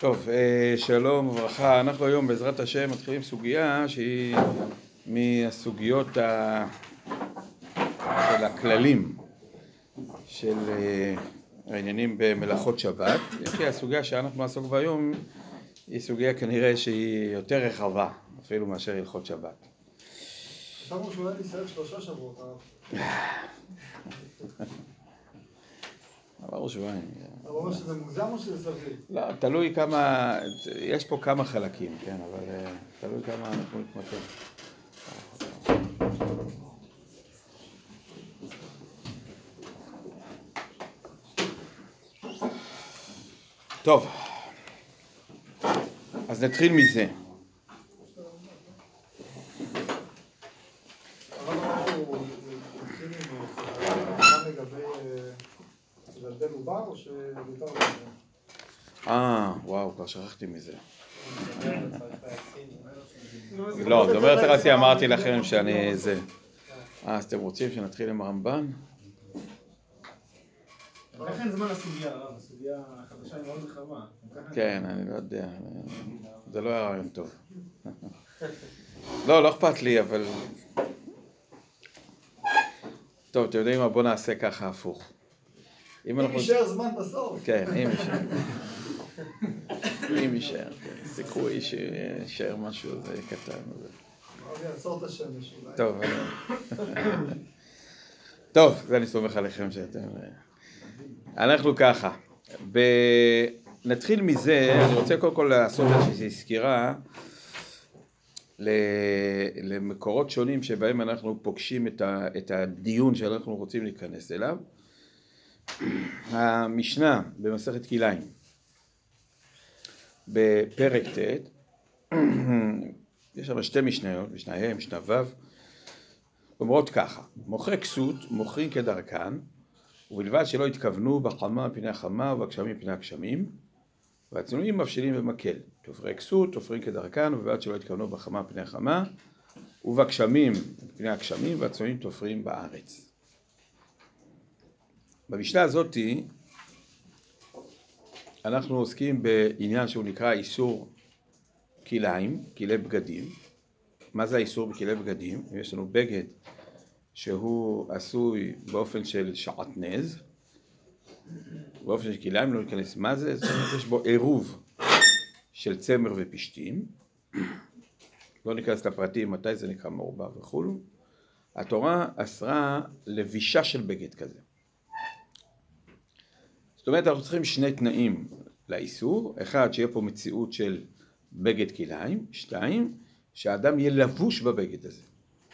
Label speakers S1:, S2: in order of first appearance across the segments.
S1: טוב, שלום וברכה. אנחנו היום בעזרת השם מתחילים סוגיה שהיא מהסוגיות של הכללים של העניינים במלאכות שבת. כי הסוגיה שאנחנו נעסוק בה היום היא סוגיה כנראה שהיא יותר רחבה אפילו מאשר הלכות שבת.
S2: חשבנו שאולי תישאר 3 שבועות.
S1: אמרו שבועיים.
S2: אתה אומר שזה מוגזם או שזה סביר?
S1: לא, תלוי כמה, יש פה כמה חלקים, כן, אבל תלוי כמה אנחנו נתמקד. טוב, אז נתחיל מזה.
S2: אבל אנחנו נתחיל לגבי לדל עובר או שיותר לא?
S1: וואו, כבר שכחתי מזה. לא, זאת אומרת, רצי, אמרתי לכם שאני זה. אז אתם רוצים שנתחיל עם הרמב"ן?
S3: איך אין זמן לסוגיה? הסוגיה החדשה היא מאוד רחבה.
S1: כן, אני לא יודע. זה לא היה רעיון טוב. לא אכפת לי, אבל... טוב, אתם יודעים מה? בואו נעשה ככה הפוך.
S2: אם יישאר זמן בסוף.
S1: כן, אם יישאר. אם יישאר. סיכוי שישאר משהו זה קטן.
S2: אני אעצור את השמש אולי.
S1: טוב, זה אני סומך עליכם שאתם... אנחנו ככה. נתחיל מזה, אני רוצה קודם כל לעשות איזושהי סקירה למקורות שונים שבהם אנחנו פוגשים את הדיון שאנחנו רוצים להיכנס אליו. המשנה במסכת כליים בפרק ט', יש שם שתי משניות, משנה ה', משנה ו', אומרות ככה: מוכרי כסות מוכרים כדרכן, ובלבד שלא התכוונו בחמה מפני החמה ובגשמים מפני הגשמים, והצנועים מבשילים במקל. תופרי כסות תופרים כדרכן, ובלבד שלא התכוונו בחמה מפני החמה ובגשמים מפני הגשמים, והצנועים תופרים בארץ. במשנה הזאת אנחנו עוסקים בעניין שהוא נקרא איסור כליים, כלי בגדים. מה זה האיסור בכלי בגדים? יש לנו בגד שהוא עשוי באופן של שעטנז, באופן של כליים, לא ניכנס מה זה, זאת אומרת יש בו עירוב של צמר ופשתים, לא ניכנס לפרטים מתי זה נקרא מעורבב וכו'. התורה אסרה לבישה של בגד כזה. זאת אומרת, אנחנו צריכים שני תנאים לאיסור. אחד, שיהיה פה מציאות של בגד כליים. 2, שהאדם יהיה לבוש בבגד הזה.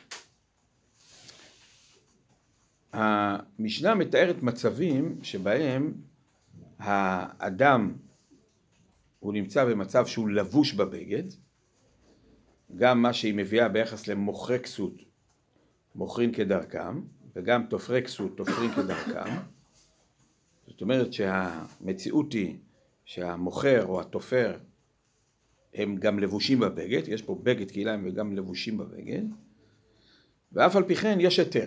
S1: המשנה מתארת מצבים שבהם האדם הוא נמצא במצב שהוא לבוש בבגד. גם מה שהיא מביאה ביחס למוכרי כסות, מוכרים כדרכם, וגם תופרי כסות, תופרים כדרכם. זאת אומרת שהמציאות היא שהמוכר או התופר הם גם לבושים בבגד, יש פה בגד כליים וגם לבושים בבגד, ואף על פי כן יש היתר.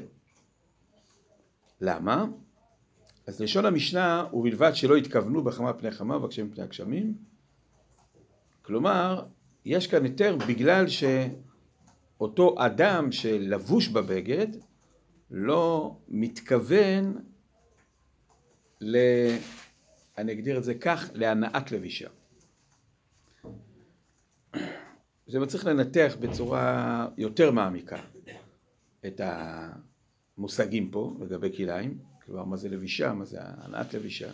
S1: למה? אז לשון המשנה הוא בלבד שלא התכוונו בחמה פני חמה ובגשמים פני הגשמים. כלומר, יש כאן היתר בגלל שאותו אדם שלבוש בבגד לא מתכוון אני אגדיר את זה כך, להנאת לבישה. זה מצריך לנתח בצורה יותר מעמיקה את המושגים פה לגבי כליים, כלומר מה זה לבישה, מה זה הנאת לבישה,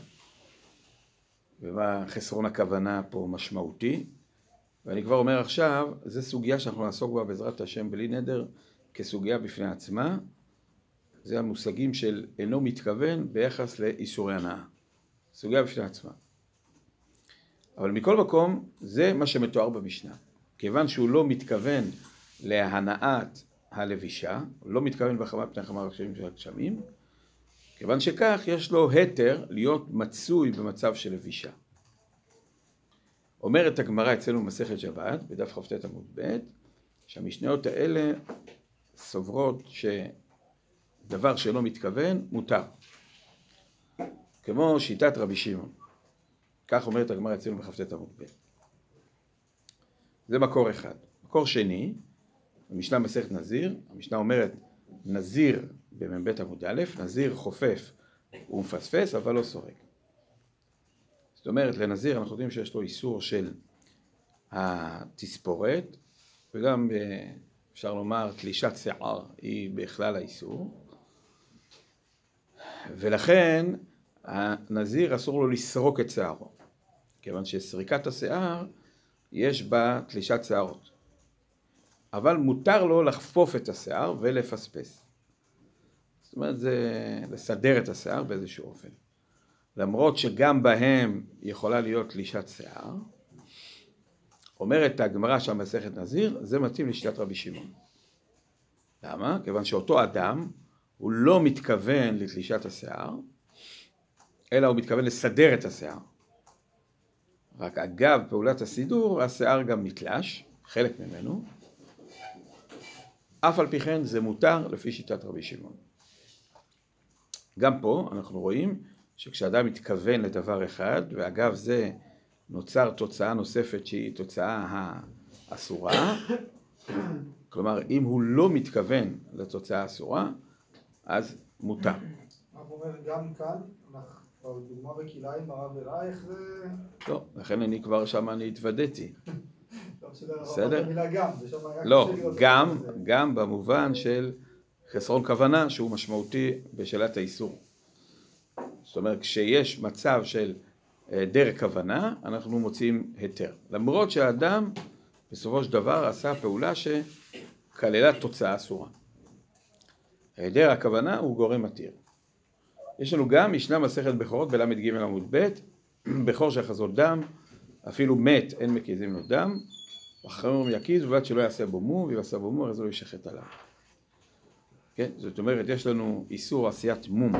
S1: ומה חסרון הכוונה פה משמעותי. ואני כבר אומר עכשיו, זו סוגיה שאנחנו נעסוק בה בעזרת השם בלי נדר כסוגיה בפני עצמה. זה המושגים של אינו מתכוון ביחס לאיסורי הנאה. סוגיה בפני עצמה. אבל מכל מקום, זה מה שמתואר במשנה. כיוון שהוא לא מתכוון להנאת הלבישה, לא מתכוון בחמה פני חמה ובגשמים של הגשמים, כיוון שכך יש לו היתר להיות מצוי במצב של לבישה. אומרת הגמרא אצלנו במסכת שבת, בדף כ"ט עמוד ב', שהמשניות האלה סוברות דבר שלא מתכוון, מותר. כמו שיטת רבי שמעון. כך אומרת הגמרא אצלנו בכ"ט עמוד ב'. זה מקור אחד. מקור שני, המשנה מסכת נזיר, המשנה אומרת נזיר במ"ב עמוד א', נזיר חופף ומפספס אבל לא סורק. זאת אומרת לנזיר אנחנו יודעים שיש לו איסור של התספורת, וגם אפשר לומר תלישת שיער היא בכלל האיסור, ולכן הנזיר אסור לו לסרוק את שיערו, כיוון שסריקת השיער יש בה תלישת שיערות, אבל מותר לו לחפוף את השיער ולפספס. זאת אומרת זה לסדר את השיער באיזשהו אופן, למרות שגם בהם יכולה להיות תלישת שיער. אומרת הגמרא שם מסכת נזיר, זה מתאים לשיטת רבי שמעון. למה? כיוון שאותו אדם הוא לא מתכוון לתלישת השיער, אלא הוא מתכוון לסדר את השיער. רק אגב פעולת הסידור, השיער גם נתלש, חלק ממנו. אף על פי כן זה מותר לפי שיטת רבי שמעון. גם פה אנחנו רואים שכשאדם מתכוון לדבר אחד, ואגב זה נוצר תוצאה נוספת שהיא תוצאה האסורה, כלומר אם הוא לא מתכוון לתוצאה האסורה, אז מותר.
S2: אנחנו אומרים גם כאן, דוגמה בכליים הרב אלייך זה...
S1: לא, לכן אני כבר שם אני התוודעתי.
S2: בסדר?
S1: לא, גם במובן של חסרון כוונה שהוא משמעותי בשאלת האיסור. זאת אומרת, כשיש מצב של דרך כוונה, אנחנו מוצאים היתר. למרות שהאדם בסופו של דבר עשה פעולה שכללה תוצאה אסורה. היעדר הכוונה הוא גורם מתיר. יש לנו גם משנה מסכת בכורות בל"ג עמוד ב', בכור שיחזות דם, אפילו מת אין מקיזים לו דם, וחמור יקיז ובלבד שלא יעשה בו מום, ואם עשה בו מום אז לא יישחט עליו. כן? זאת אומרת, יש לנו איסור עשיית מום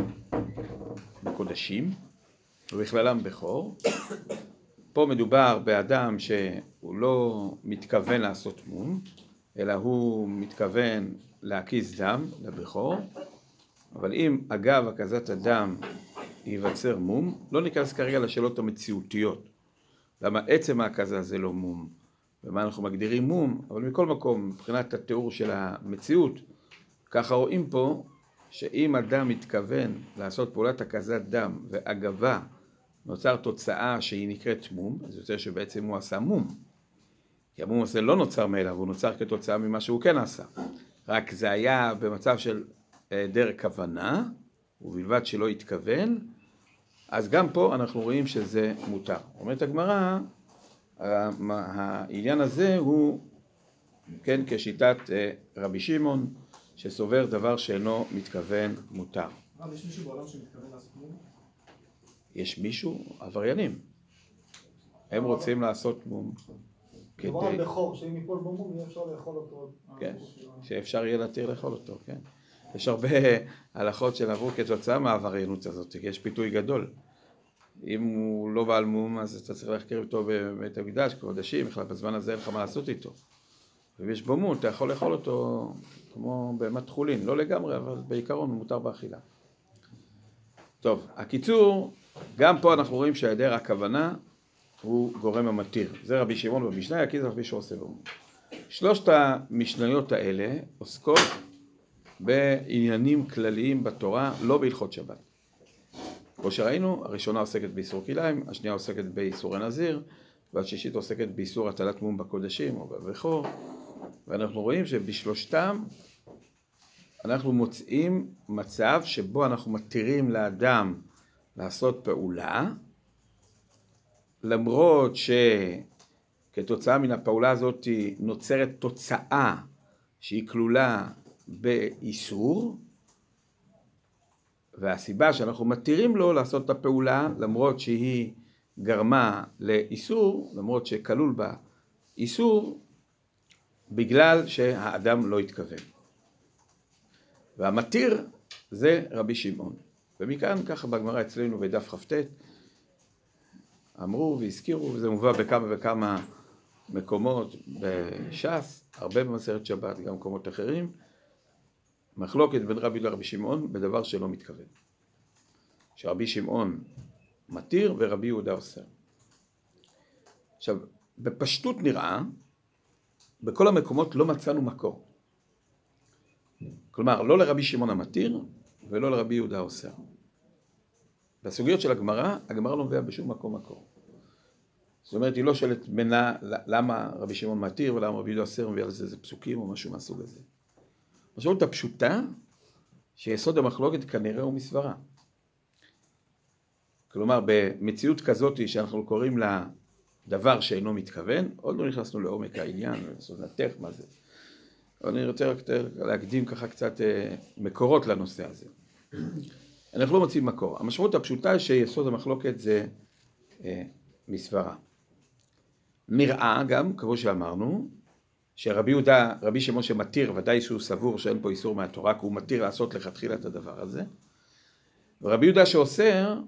S1: בקודשים, ובכללם בכור. פה מדובר באדם שהוא לא מתכוון לעשות מום, אלא הוא מתכוון להקיז דם לבכור, אבל אם אגב הקזת הדם ייווצר מום, לא ניכנס כרגע לשאלות המציאותיות. למה עצם ההקזה זה לא מום, ומה אנחנו מגדירים מום, אבל מכל מקום, מבחינת התיאור של המציאות, ככה רואים פה שאם אדם מתכוון לעשות פעולת הקזת דם ואגבה נוצר תוצאה שהיא נקראת מום, אז יוצא שבעצם הוא עשה מום. כי המום הזה לא נוצר מאליו, הוא נוצר כתוצאה ממה שהוא כן עשה. רק זה היה במצב של דרך כוונה, ובלבד שלא התכוון, אז גם פה אנחנו רואים שזה מותר. אומרת הגמרא, העניין הזה הוא כן כשיטת רבי שמעון, שסובר דבר שאינו מתכוון מותר.
S3: יש מישהו בעולם שמתכוון לעשות מום?
S1: יש מישהו? עבריינים. הם רוצים לעשות מום.
S2: דבר על בכור, שאם יפול בו מום יהיה אפשר לאכול אותו.
S1: כן, שאפשר יהיה להתיר לאכול אותו, כן. יש הרבה הלכות שנעברו כתוצאה מהעבריינות הזאת, כי יש פיתוי גדול. אם הוא לא בעל מום, אז אתה צריך להחקיר אותו בבית המקדש, קודשים, בכלל בזמן הזה אין לך מה לעשות איתו. ואם יש בו מום, אתה יכול לאכול אותו כמו בהמת חולין, לא לגמרי, אבל בעיקרון הוא מותר באכילה. טוב, הקיצור, גם פה אנחנו רואים שהיעדר הכוונה הוא גורם המתיר. זה רבי שמעון במשנה, יקיז רבי שעושה בו מום. שלושת המשניות האלה עוסקות בעניינים כלליים בתורה, לא בהלכות שבת. כמו שראינו, הראשונה עוסקת באיסור כליים, השנייה עוסקת באיסור נזיר, והשישית עוסקת באיסור הטלת מום בקודשים או בבכור. ואנחנו רואים שבשלושתם אנחנו מוצאים מצב שבו אנחנו מתירים לאדם לעשות פעולה, למרות שכתוצאה מן הפעולה הזאת נוצרת תוצאה שהיא כלולה באיסור, והסיבה שאנחנו מתירים לו לעשות את הפעולה, למרות שהיא גרמה לאיסור, למרות שכלול בה איסור, בגלל שהאדם לא התכוון. והמתיר זה רבי שמעון. ומכאן ככה בגמרא אצלנו בדף כ"ט, אמרו והזכירו, וזה מובא בכמה וכמה מקומות בש"ס, הרבה במסכת שבת, גם מקומות אחרים, מחלוקת בין רבי לרבי שמעון בדבר שלא מתכוון. שרבי שמעון מתיר ורבי יהודה אוסר. עכשיו, בפשטות נראה, בכל המקומות לא מצאנו מקור. כלומר, לא לרבי שמעון המתיר ולא לרבי יהודה האוסר. בסוגיות של הגמרא, הגמרא לא מביאה בשום מקום מקור. זאת אומרת, היא לא שואלת למה רבי שמעון מתיר ולמה רבי יהודה האוסר מביא על זה פסוקים או משהו מהסוג הזה. המשמעות הפשוטה, שיסוד המחלוקת כנראה הוא מסברה. כלומר, במציאות כזאת שאנחנו קוראים לה דבר שאינו מתכוון, עוד לא נכנסנו לעומק העניין, לנתח מה זה. אני רוצה רק להקדים ככה קצת מקורות לנושא הזה. אנחנו לא מוצאים מקור. המשמעות הפשוטה היא שיסוד המחלוקת זה מסברה. נראה גם, כמו שאמרנו, שרבי יהודה, רבי שמעון שמתיר, ודאי שהוא סבור שאין פה איסור מהתורה, כי הוא מתיר לעשות לכתחילה את הדבר הזה. ורבי יהודה שאוסר,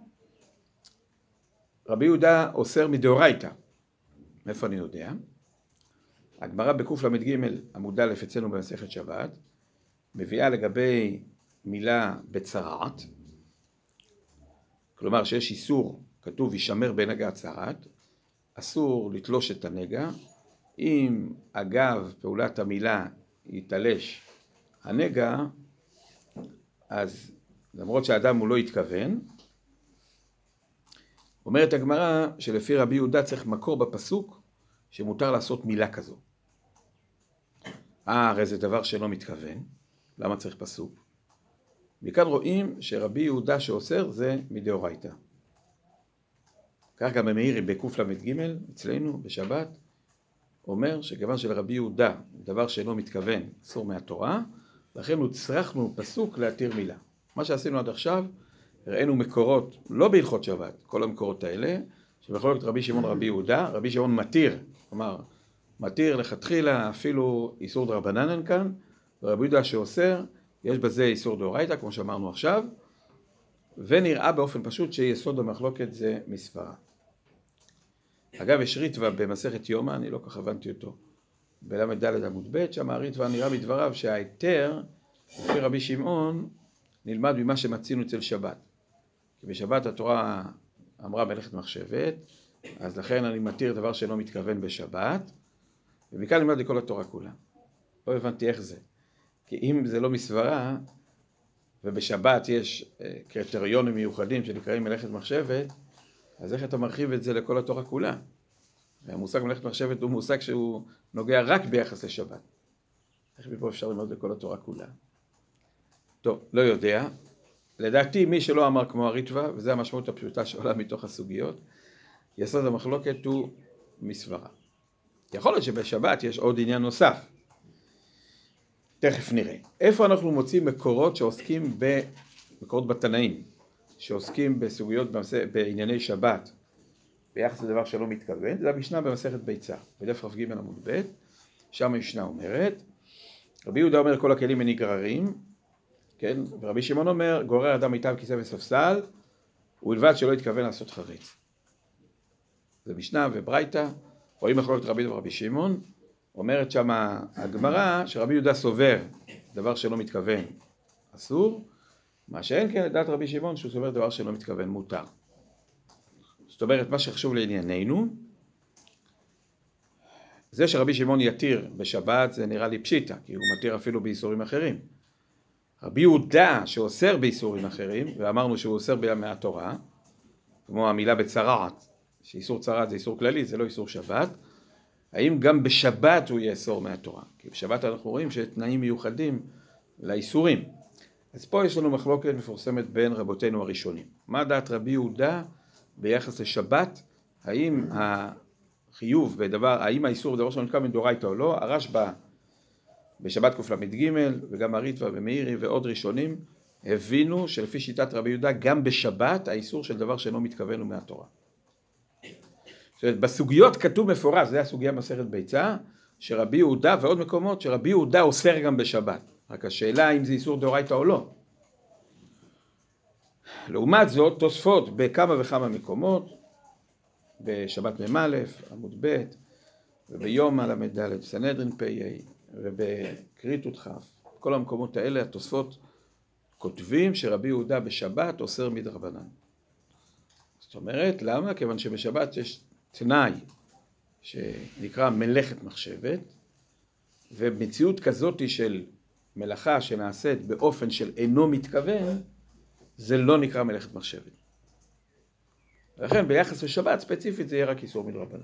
S1: רבי יהודה אוסר מדאורייתא. מאיפה אני יודע? הגמרא בקל"ג עמוד א' אצלנו במסכת שבת, מביאה לגבי מילה בצרעת, כלומר שיש איסור, כתוב ישמר בנגע צרעת, אסור לתלוש את הנגע, אם אגב פעולת המילה יתלש הנגע, אז למרות שהאדם הוא לא התכוון, אומרת הגמרא שלפי רבי יהודה צריך מקור בפסוק שמותר לעשות מילה כזו. הרי זה דבר שלא מתכוון, למה צריך פסוק? מכאן רואים שרבי יהודה שאוסר זה מדאורייתא. כך גם במאירי בקל"ג אצלנו בשבת, אומר שכיוון שלרבי יהודה דבר שאינו מתכוון אסור מהתורה, לכן הוצרכנו פסוק להתיר מילה. מה שעשינו עד עכשיו, ראינו מקורות, לא בהלכות שבת, כל המקורות האלה, שבחלוקת רבי שמעון רבי יהודה, רבי שמעון מתיר, כלומר, מתיר לכתחילה אפילו איסור דרבנן כאן, ורבי יהודה שאוסר, יש בזה איסור דאורייתא, כמו שאמרנו עכשיו, ונראה באופן פשוט שיסוד המחלוקת זה מסברה. אגב, יש ריטב"א במסכת יומא, אני לא כך הבנתי אותו, בל"ד עמוד ב', שם הריטב"א נראה מדבריו שההיתר, לפי רבי שמעון, נלמד ממה שמצינו אצל שבת. כי בשבת התורה אמרה מלאכת מחשבת, אז לכן אני מתיר דבר שאינו מתכוון בשבת, ומכאן נלמד לכל התורה כולה. לא הבנתי איך זה. כי אם זה לא מסברה, ובשבת יש קריטריונים מיוחדים שנקראים מלאכת מחשבת, אז איך אתה מרחיב את זה לכל התורה כולה? והמושג מלאכת מחשבת הוא מושג שהוא נוגע רק ביחס לשבת. איך מפה אפשר ללמוד לכל התורה כולה? טוב, לא יודע. לדעתי מי שלא אמר כמו הריטב"א, וזו המשמעות הפשוטה שעולה מתוך הסוגיות, יסוד המחלוקת הוא מסברה. יכול להיות שבשבת יש עוד עניין נוסף. תכף נראה. איפה אנחנו מוצאים מקורות שעוסקים מקורות בתנאים, שעוסקים בסוגיות בענייני שבת, ביחס לדבר שלא מתכוון? זה המשנה במסכת ביצה, בדף כ"ג עמוד ב', שם המשנה אומרת, רבי יהודה אומר כל הכלים איני גררים, כן? ורבי שמעון אומר גורר אדם מיטה בכיסא וספסל, ובלבד שלא התכוון לעשות חריץ. זה משנה וברייתא, רואים מחלוקת רבי יהודה ורבי שמעון, אומרת שם הגמרא שרבי יהודה סובר דבר שלא מתכוון אסור, מה שאין כן לדעת רבי שמעון שהוא סובר דבר שלא מתכוון מותר. זאת אומרת, מה שחשוב לענייננו, זה שרבי שמעון יתיר בשבת זה נראה לי פשיטה, כי הוא מתיר אפילו באיסורים אחרים. רבי יהודה שאוסר באיסורים אחרים, ואמרנו שהוא אוסר מהתורה, כמו המילה בצרעת, שאיסור צרעת זה איסור כללי, זה לא איסור שבת, האם גם בשבת הוא יאסור מהתורה? כי בשבת אנחנו רואים שיש תנאים מיוחדים לאיסורים. אז פה יש לנו מחלוקת מפורסמת בין רבותינו הראשונים. מה דעת רבי יהודה ביחס לשבת? האם החיוב בדבר, האם האיסור בדבר שלנו נקרא מדאורייתא או לא? הרשב"א בשבת קל"ג וגם הריטב"א ומאירי ועוד ראשונים הבינו שלפי שיטת רבי יהודה גם בשבת האיסור של דבר שאינו מתכוון הוא מהתורה. זאת אומרת, בסוגיות כתוב מפורש, זה הסוגיה במסכת ביצה, שרבי יהודה ועוד מקומות שרבי יהודה אוסר גם בשבת. רק השאלה אם זה איסור דאורייתא או לא. לעומת זאת, תוספות בכמה וכמה מקומות, בשבת מ"א, עמוד ב', וביום ל"ד, סנהדרין פ"א, ובקריטות כ', כל המקומות האלה, התוספות כותבים שרבי יהודה בשבת אוסר מדרבנן. זאת אומרת, למה? כיוון שבשבת יש תנאי שנקרא מלאכת מחשבת, ומציאות כזאת של מלאכה שנעשית באופן של אינו מתכוון, זה לא נקרא מלאכת מחשבת. ולכן ביחס לשבת ספציפית זה יהיה רק איסור מדרבנן.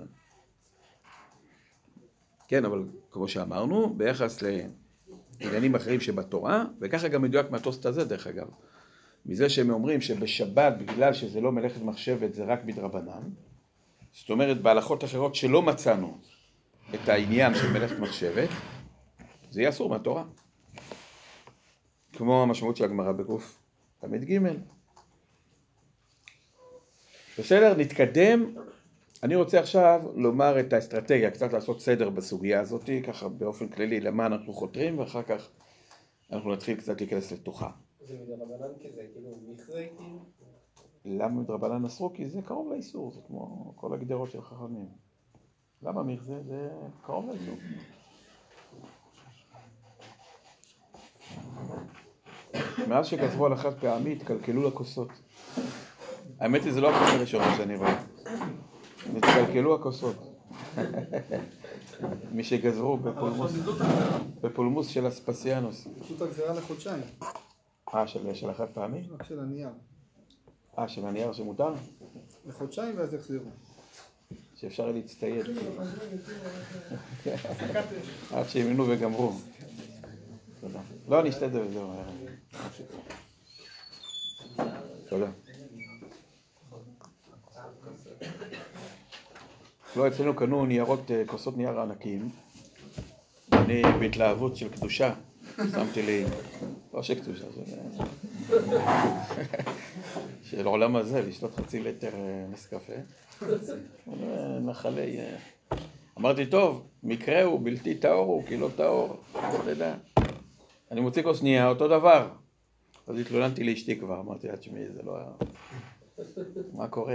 S1: כן, אבל כמו שאמרנו, ביחס לעניינים אחרים שבתורה, וככה גם מדויק מהטוסט הזה דרך אגב, מזה שהם אומרים שבשבת בגלל שזה לא מלאכת מחשבת זה רק מדרבנן, זאת אומרת בהלכות אחרות שלא מצאנו את העניין של מלאכת מחשבת, זה יהיה אסור מהתורה. כמו המשמעות של הגמרא בגוף תמיד ג'. בסדר, נתקדם. אני רוצה עכשיו לומר את האסטרטגיה, קצת לעשות סדר בסוגיה הזאת, ככה באופן כללי למה אנחנו חותרים, ואחר כך אנחנו נתחיל קצת להיכנס לתוכה.
S4: זה מדרבנן כזה, כאילו מכרי כאילו?
S1: למה מדרבנן אסרו? כי זה קרוב לאיסור, זה כמו כל הגדרות של חכמים. למה מכזה? זה קרוב לאיסור. מאז שגזרו על החד פעמי התקלקלו לכוסות. האמת היא זה לא הכוס הראשונה שאני רואה. התקלקלו הכוסות. מי שגזרו בפולמוס של אספסיאנוס.
S2: פשוט הגזרה לחודשיים.
S1: של החד פעמי?
S2: רק של הנייר.
S1: של הנייר שמותר?
S2: לחודשיים ואז יחזירו.
S1: שאפשר להצטייד. עד שהאמינו וגמרו. תודה. לא, אני אשתדל וזהו. תודה. לא, אצלנו קנו ניירות, כוסות נייר ענקיים. אני בהתלהבות של קדושה, שמתי לי, לא שקדושה, של העולם הזה, לשתות חצי ליטר נסקפה. נחלי, אמרתי, טוב, מקרה הוא בלתי טהור הוא, כי לא טהור, לא יודע. אני מוציא כוס נייר, אותו דבר. אז התלוננתי לאשתי כבר, אמרתי, עד שמי, זה לא היה... מה קורה?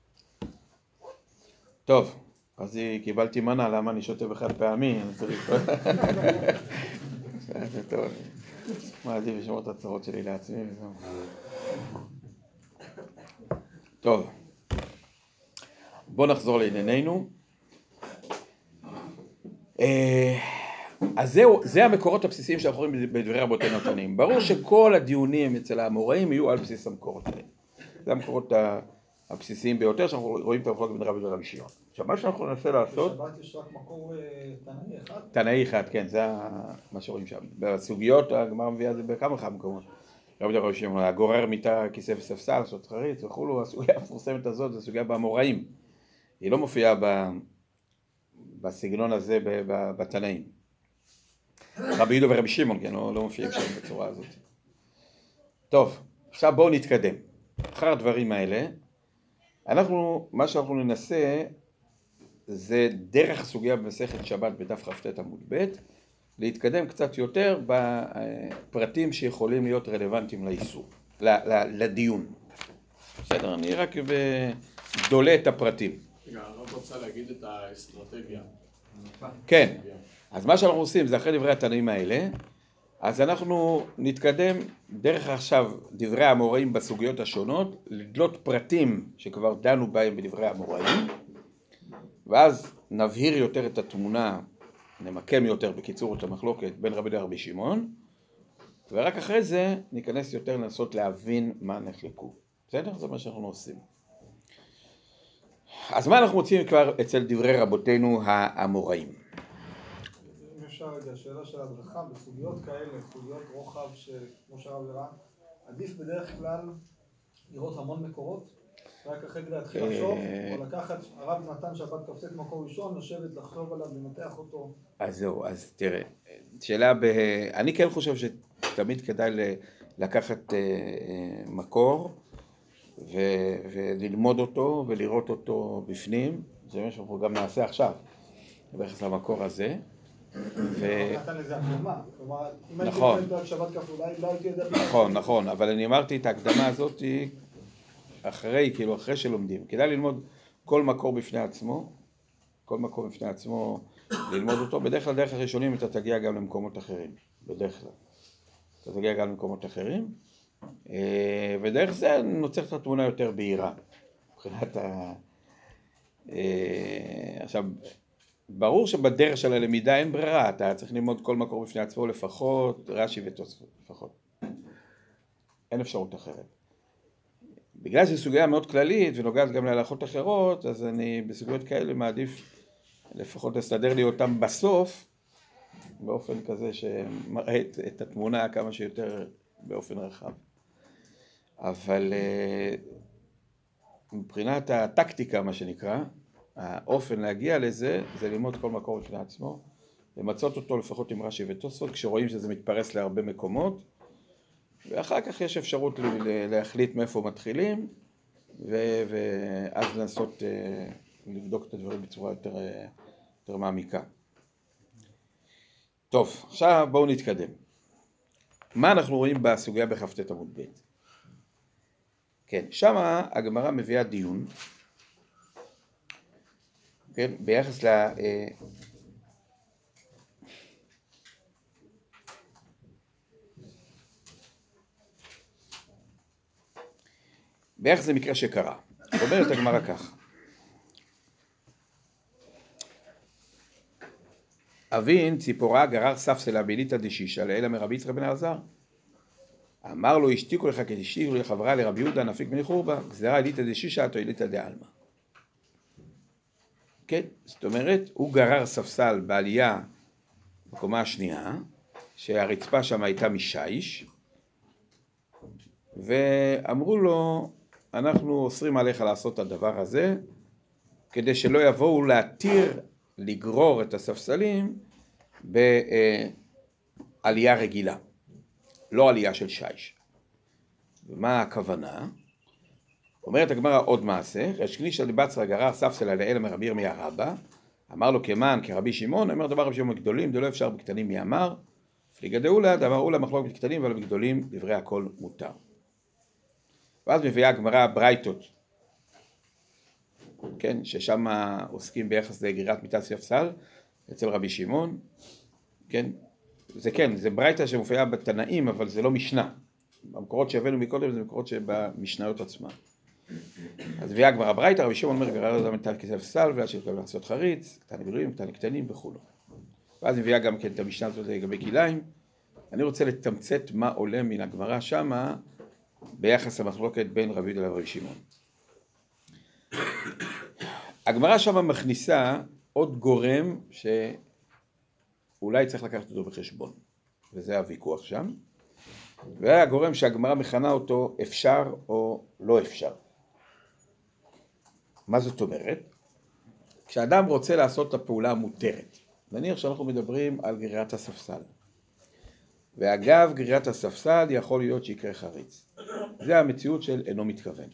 S1: טוב, אז קיבלתי מנה, למה אני שותה בחד פעמי? אני צריך... זה טוב, מה עדיף לשמור את הצרות שלי לעצמי וזהו. טוב, בואו נחזור לענייננו. אז זה המקורות הבסיסיים שאנחנו רואים בדברי רבותינו התנאים. ברור שכל הדיונים אצל האמוראים יהיו על בסיס המקורות האלה. זה המקורות הבסיסיים ביותר שאנחנו רואים במחלוקת בין רבי ורבי שמעון. עכשיו מה שאנחנו ננסה לעשות...
S2: בשבת יש רק מקור תנאי אחד?
S1: תנאי אחד, כן, זה מה שרואים שם. בסוגיות הגמרא מביאה את זה בכמה מקומות. רבי ורבי שמעון, הגורר מיטה, כיסא וספסל, סוד חריץ וכולו, הסוגיה המפורסמת הזאת, זו סוגיה באמוראים. היא לא מופיעה בסגנון הזה בתנאים. רבי יהודה ורבי שמעון, כן, לא מופיעים שם בצורה הזאת. טוב, עכשיו בואו נתקדם. אחר הדברים האלה, מה שאנחנו ננסה, זה דרך הסוגיה במסכת שבת בדף כ"ט עמוד ב', להתקדם קצת יותר בפרטים שיכולים להיות רלוונטיים לאיסור, לדיון. בסדר, אני רק דולה את הפרטים.
S5: רגע, אני רק רוצה להגיד את האסטרטגיה.
S1: כן, אז מה שאנחנו עושים זה אחרי דברי התנאים האלה, אז אנחנו נתקדם דרך עכשיו דברי האמוראים בסוגיות השונות, לדלות פרטים שכבר דנו בהם בדברי האמוראים, ואז נבהיר יותר את התמונה, נמקם יותר בקיצור את המחלוקת בין רבי לרבי שמעון, ורק אחרי זה ניכנס יותר לנסות להבין מה נחלקו. בסדר? זה מה שאנחנו עושים. אז מה אנחנו מוצאים כבר אצל דברי רבותינו האמוראים?
S2: אם אפשר רגע, שאלה של הדרכה, בסוגיות כאלה, סוגיות רוחב שכמו שהרב הראה, עדיף בדרך כלל לראות המון מקורות, רק אחרי כדי להתחיל לחשוב, או לקחת, הרב נתן שבת כ"ט מקור ראשון, לשבת לחשוב עליו, לנתח אותו.
S1: אז זהו, אז תראה, שאלה אני כן חושב שתמיד כדאי לקחת מקור וללמוד אותו ולראות אותו בפנים, זה מה שאנחנו גם נעשה עכשיו, ביחס למקור הזה.
S2: נתן לזה הקדמה, כלומר, אם הייתי יודע את שבת כ"ט אולי לא הייתי יודע...
S1: נכון, אבל אני אמרתי את ההקדמה הזאת אחרי שלומדים. כדאי ללמוד כל מקור בפני עצמו, ללמוד אותו. בדרך כלל דרך הראשונים אתה תגיע גם למקומות אחרים, בדרך כלל. אתה תגיע גם למקומות אחרים, ודרך זה נוצרת את התמונה יותר בהירה. מבחינת עכשיו, ברור שבדרך של הלמידה אין ברירה, אתה צריך ללמוד כל מקור בפני עצמו לפחות, רש"י ותוספות לפחות. אין אפשרות אחרת. בגלל שזו סוגיה מאוד כללית ונוגעת גם להלכות אחרות, אז אני בסוגיות כאלה מעדיף לפחות לסדר לי אותם בסוף, באופן כזה שמראה את התמונה כמה שיותר באופן רחב. אבל מבחינת הטקטיקה, מה שנקרא, האופן להגיע לזה, זה ללמוד כל מקור בפני עצמו, למצות אותו לפחות עם רש"י ותוספות, כשרואים שזה מתפרס להרבה מקומות, ואחר כך יש אפשרות להחליט מאיפה מתחילים, ואז לנסות לבדוק את הדברים בצורה יותר מעמיקה. טוב, עכשיו בואו נתקדם. מה אנחנו רואים בסוגיה בכ"ט עמוד ב'? כן, שמה הגמרא מביאה דיון, כן, ביחס ביחס למקרה שקרה. אומרת הגמרא כך: אבין ציפורה גרר ספסלה בעילתא דשישא לאלה מרבי יצחק בן אלעזר. אמר לו, השתיקו לך כשתשתיקו לחברה לרבי יהודה נפיק בן חורבה, גזרה עילתא דשישא או עילתא דעלמא. כן, זאת אומרת, הוא גרר ספסל בעלייה בקומה השנייה, שהרצפה שם הייתה משיש, ואמרו לו, אנחנו אוסרים עליך לעשות את הדבר הזה, כדי שלא יבואו להתיר לגרור את הספסלים בעלייה רגילה, לא עלייה של שיש. ומה הכוונה? אומרת הגמרא עוד מעשה, רשכנישא דבצרא גרר ספסלה לאלה מרבי ירמיה רבא, אמר לו כמן כרבי שמעון, אומר דבר רבי שמעון גדולים, דלא אפשר בקטנים מי אמר, פליגא דאולא דאמרו לה מחלוקת בקטנים אבל בגדולים דברי הכל מותר. ואז מביאה הגמרא ברייתות, כן, ששם עוסקים ביחס לגרירת מיטת ספסל אצל רבי שמעון, כן, זה ברייתא שמופיעה בתנאים, אבל זה לא משנה. המקורות שהבאנו מקודם זה מקורות שבמשניות עצמן. אז מביאה הגמרא ברייתא, רבי שמעון אומר גרר אדם מיטת ספסל ועד שיכול לעשות חריץ, קטנים גדולים, קטנים קטנים וכו'. ואז מביאה גם כן את המשנה הזאת לגבי כליים. אני רוצה לתמצת מה עולה מן הגמרא שמה ביחס למחלוקת בין רבי יהודה לרבי שמעון. הגמרא שמה מכניסה עוד גורם שאולי צריך לקחת אותו בחשבון, וזה הוויכוח שם, והגורם שהגמרא מכנה אותו אפשר או לא אפשר. מה זאת אומרת? כשאדם רוצה לעשות את הפעולה המותרת, נניח שאנחנו מדברים על גרירת הספסל, ואגב גרירת הספסל יכול להיות שיקרה חריץ. זה המציאות של אינו מתכוון.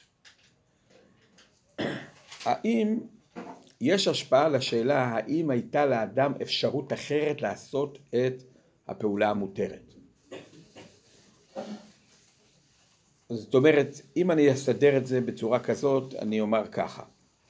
S1: האם יש השפעה לשאלה האם הייתה לאדם אפשרות אחרת לעשות את הפעולה המותרת? זאת אומרת, אם אני אסדר את זה בצורה כזאת, אני אומר ככה.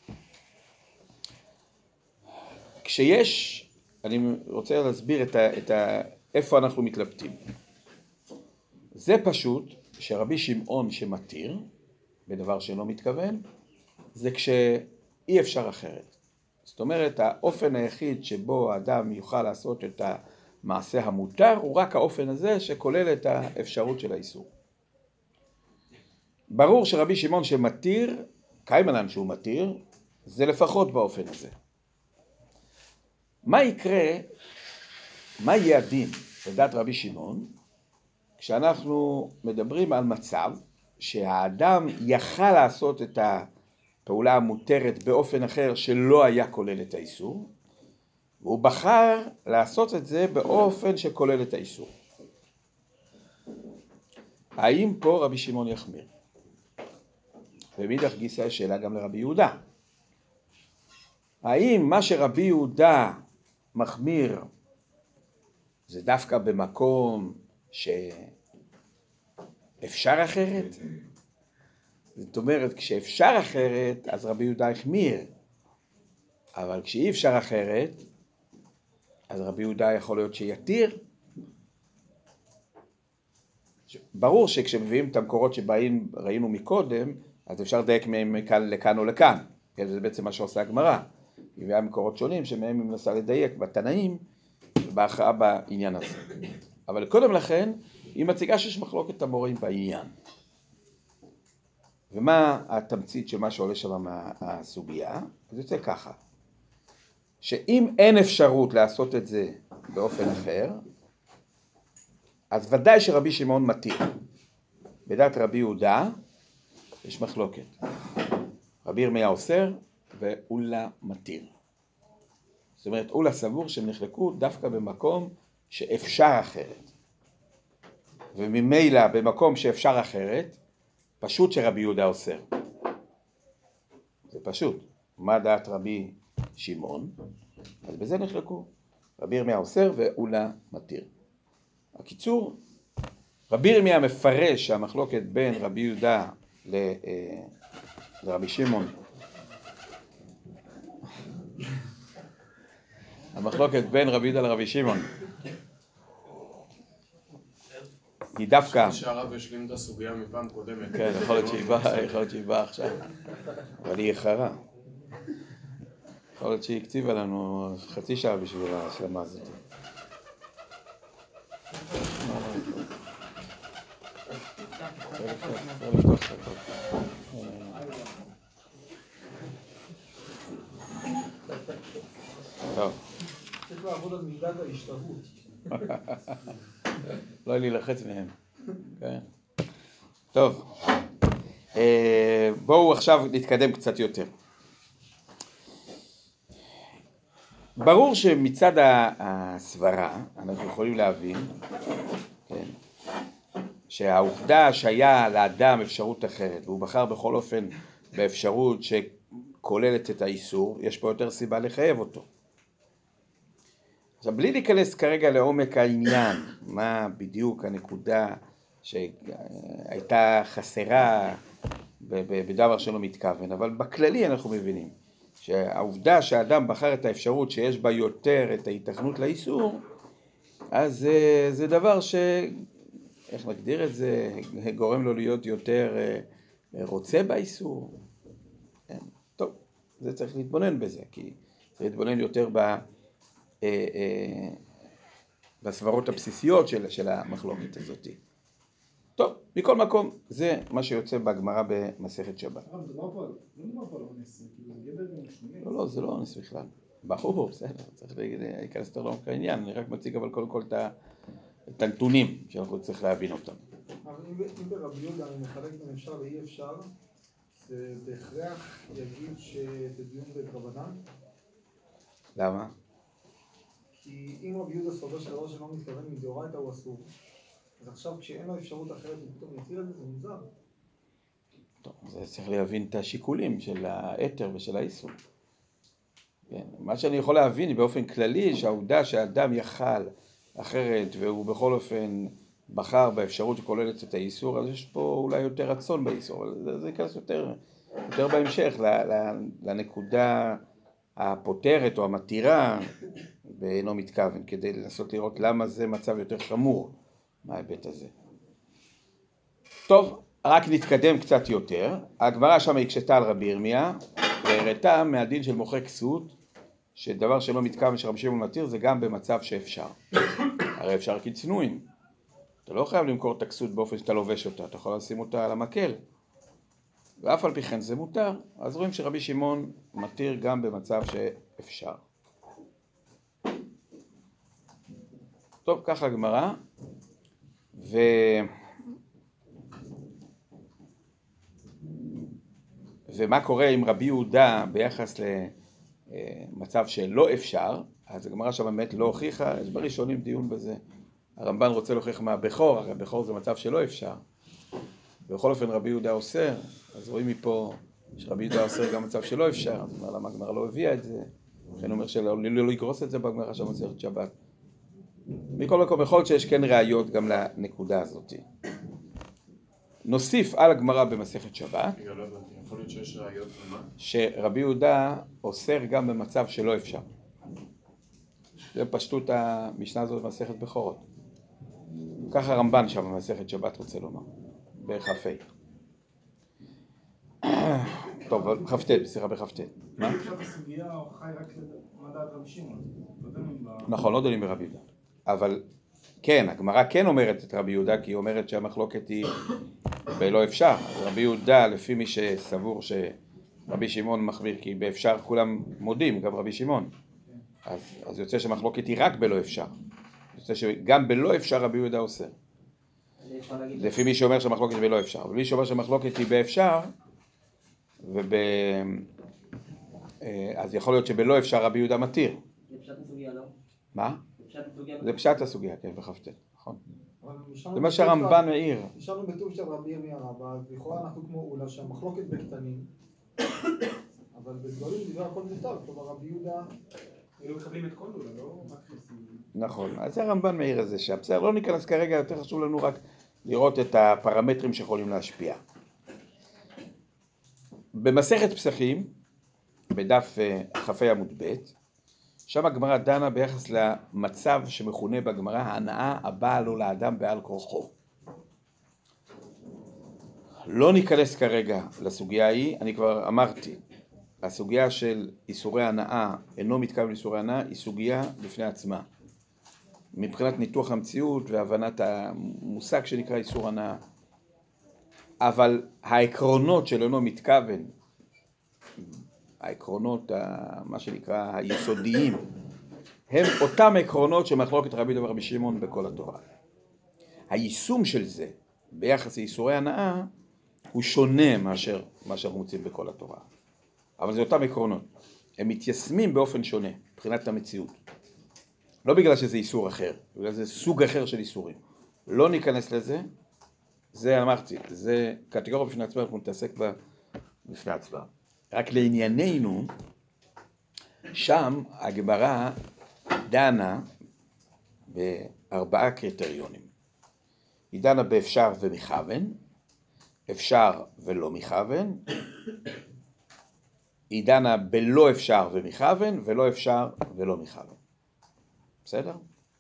S1: כשיש, אני רוצה להסביר איפה אנחנו מתלבטים. זה פשוט שרבי שמעון שמתיר, בדבר שאינו מתכוון, זה כשאי אפשר אחרת. זאת אומרת, האופן היחיד שבו האדם יוכל לעשות את המעשה המותר, הוא רק האופן הזה שכולל את האפשרות של האיסור. ברור שרבי שמעון שמתיר, קיימנן שהוא מתיר, זה לפחות באופן הזה. מה יקרה, מה יהיה הדין לדעת רבי שמעון, כשאנחנו מדברים על מצב שהאדם יכל לעשות את הפעולה המותרת באופן אחר שלא היה כולל את האיסור, והוא בחר לעשות את זה באופן שכולל את האיסור. האם פה רבי שמעון יחמיר? ומאידך גיסא שאלה גם לרבי יהודה. האם מה שרבי יהודה מחמיר זה דווקא במקום שאפשר אחרת? זאת אומרת, כשאפשר אחרת, אז רבי יהודה החמיר. אבל כשאי אפשר אחרת, אז רבי יהודה יכול להיות שיתיר. ברור שכשמביאים את המקורות שבאים, ראינו מקודם, אז אפשר לדייק מהם לכאן או לכאן. זה בעצם מה שעושה הגמרא. היא מביאה מקורות שונים שמהם היא מנסה לדייק בתנאים ובהכרעה בעניין הזה. אבל קודם לכן היא מציגה שיש מחלוקת המוראים בעניין. ומה התמצית של מה שעולה שם מהסוגיה? אז יוצא ככה, שאם אין אפשרות לעשות את זה באופן אחר, אז ודאי שרבי שמעון מתיר. בדעת רבי יהודה יש מחלוקת. רבי ירמיה אוסר ואולה מתיר. זאת אומרת, אולה סבור שהם נחלקו דווקא במקום שאפשר אחרת. וממילא במקום שאפשר אחרת, פשוט שרבי יהודה אוסר. זה פשוט. מה דעת רבי שמעון? אז בזה נחלקו. רבי ירמיה אוסר ואולה מתיר. הקיצור, רבי ירמיה מפרש שהמחלוקת בין רבי יהודה לרבי שמעון, המחלוקת בין רבי יהודה לרבי שמעון היא דווקא...
S5: שהרב השלים את הסוגיה מפעם קודמת.
S1: כן, יכול להיות שהיא באה עכשיו, אבל היא איחרה. יכול להיות שהיא הקציבה לנו חצי שעה בשביל ההשלמה הזאת. טוב.
S2: צריך לעבוד על מידת ההשתוות.
S1: לא להילחץ מהם. כן. טוב. בואו עכשיו נתקדם קצת יותר. ברור שמצד הסברה אנחנו יכולים להבין, כן, שהעובדה שהיה לאדם אפשרות אחרת, והוא בחר בכל אופן באפשרות שכוללת את האיסור, יש פה יותר סיבה לחייב אותו. עכשיו, בלי להיכנס כרגע לעומק העניין, מה בדיוק הנקודה שהייתה חסרה בדבר שלא מתכוון, אבל בכללי אנחנו מבינים שהעובדה שהאדם בחר את האפשרות שיש בה יותר את ההיתכנות לאיסור, אז זה דבר ש... איך נגדיר את זה? גורם לו להיות יותר רוצה באיסור. כן. טוב, זה צריך להתבונן בזה, כי צריך להתבונן יותר בסברות הבסיסיות של המחלוקת הזאת. טוב, מכל מקום, זה מה שיוצא בגמרא במסכת שבת.
S3: לא מדובר פה על אונס, כאילו זה גבר משונה.
S1: לא, זה לא אונס בכלל. ברור, בסדר, צריך להיכנס יותר לעומק העניין, אני רק מציג אבל קודם כל את הנתונים שאנחנו צריכים להבין אותם.
S2: אבל אם ברבי יהודה אני מחלק בין אפשר לאי אפשר, זה בהכרח יגיד שזה דיון בדרבנן?
S1: למה?
S2: כי אם רבי יהודה סובר שהדבר שלא מתכוון מדאורייתא הוא אסור, אז עכשיו כשאין לו אפשרות אחרת הוא פתאום יתיר את זה, זה מוזר.
S1: טוב, זה צריך להבין את השיקולים של היתר ושל האיסור. כן, מה שאני יכול להבין באופן כללי, שהעובדה שהאדם יכל אחרת והוא בכל אופן בחר באפשרות שכוללת את האיסור, אז יש פה אולי יותר רצון באיסור, אבל זה ייכנס יותר בהמשך לנקודה הפותרת או המתירה ואינו מתכוון, כדי לנסות לראות למה זה מצב יותר חמור מההיבט הזה. טוב, רק נתקדם קצת יותר. הגמרא שם הקשתה על רבי ירמיה והראתה מהדין של מוחק כסות שדבר שלא מתכוון שרבי שמעון מתיר זה גם במצב שאפשר. הרי אפשר כצנועים. אתה לא חייב למכור את הכסות באופן שאתה לובש אותה, אתה יכול לשים אותה על המקל. ואף על פי כן זה מותר, אז רואים שרבי שמעון מתיר גם במצב שאפשר. טוב, ככה הגמרא. ומה קורה עם רבי יהודה ביחס למצב שלא אפשר, אז הגמרא שם באמת לא הוכיחה, יש בראשונים דיון בזה. הרמב"ן רוצה להוכיח מהבכור, הרי הבכור זה מצב שלא אפשר. בכל אופן רבי יהודה אוסר, אז רואים מפה שרבי יהודה אוסר גם מצב שלא אפשר, אז אומר למה הגמרא לא הביאה את זה, לכן הוא אומר שלא יגרוס את זה בגמרא שם מסכת שבת. מכל מקום, בכל זאת שיש כן ראיות גם לנקודה הזאת. נוסיף על הגמרא במסכת שבת,
S5: יכול להיות שיש ראיות למה?
S1: שרבי יהודה אוסר גם במצב שלא אפשר. זה פשטות המשנה הזאת במסכת בכורות. ככה רמב"ן שם במסכת שבת רוצה לומר, בכ"ה. טוב, בכ"ט, סליחה, בכ"ט. מה?
S3: עכשיו הסוגיה חי רק לדעת רבי שמעון.
S1: נכון, לא דנים ברבי יהודה. אבל כן, הגמרא כן אומרת את רבי יהודה, כי היא אומרת שהמחלוקת היא בלא אפשר. רבי יהודה, לפי מי שסבור שרבי שמעון מחמיר, כי באפשר כולם מודים, גם רבי שמעון. אז יוצא שהמחלוקת היא רק בלא אפשר. יוצא שגם בלא אפשר רבי יהודה אוסר. לפי מי שאומר שהמחלוקת היא בלא אפשר. אבל מי שאומר שהמחלוקת היא באפשר, אז יכול להיות שבלא אפשר רבי יהודה מתיר.
S6: זה פשט הסוגיה, לא?
S1: מה? זה פשט הסוגיה, כן, בכ"ט, נכון.
S2: נשארנו
S1: זה מה
S2: בטוב
S1: שהרמב"ן מאיר.
S2: נשארנו בטוב של רבי ירמיה רבא, אז לכאורה אנחנו כמו אולה שהמחלוקת בקטנים, אבל בגדולים דבר הכל מותר, כלומר רבי יהודה...
S3: היו מקבלים את כל אולה, לא רק חסים.
S1: נכון, אז הרמב"ן מאיר את זה שם. בסדר, לא ניכנס כרגע, יותר חשוב לנו רק לראות את הפרמטרים שיכולים להשפיע. במסכת פסחים, בדף כ"ה עמוד ב', שם הגמרא דנה ביחס למצב שמכונה בגמרא ההנאה הבאה לו לאדם בעל כורחו. לא ניכנס כרגע לסוגיה ההיא, אני כבר אמרתי, הסוגיה של איסורי הנאה, אינו מתכוון לאיסורי הנאה, היא סוגיה בפני עצמה. מבחינת ניתוח המציאות והבנת המושג שנקרא איסור הנאה. אבל העקרונות של אינו מתכוון, העקרונות, מה שנקרא היסודיים, הם אותם עקרונות שמחלוקת רבי יהודה ורבי שמעון בכל התורה. היישום של זה ביחס לאיסורי הנאה הוא שונה מאשר מה שאנחנו מוצאים בכל התורה. אבל זה אותם עקרונות. הם מתיישמים באופן שונה מבחינת המציאות. לא בגלל שזה איסור אחר, בגלל זה סוג אחר של איסורים. לא ניכנס לזה, זה אמרתי, זה קטגוריה בפני עצמה, אנחנו נתעסק בה בפני עצמה. רק לענייננו, שם הגמרא דנה בארבעה קריטריונים. היא דנה באפשר ומכוון, אפשר ולא מכוון, היא דנה בלא אפשר ומכוון, ולא אפשר ולא מכוון. בסדר?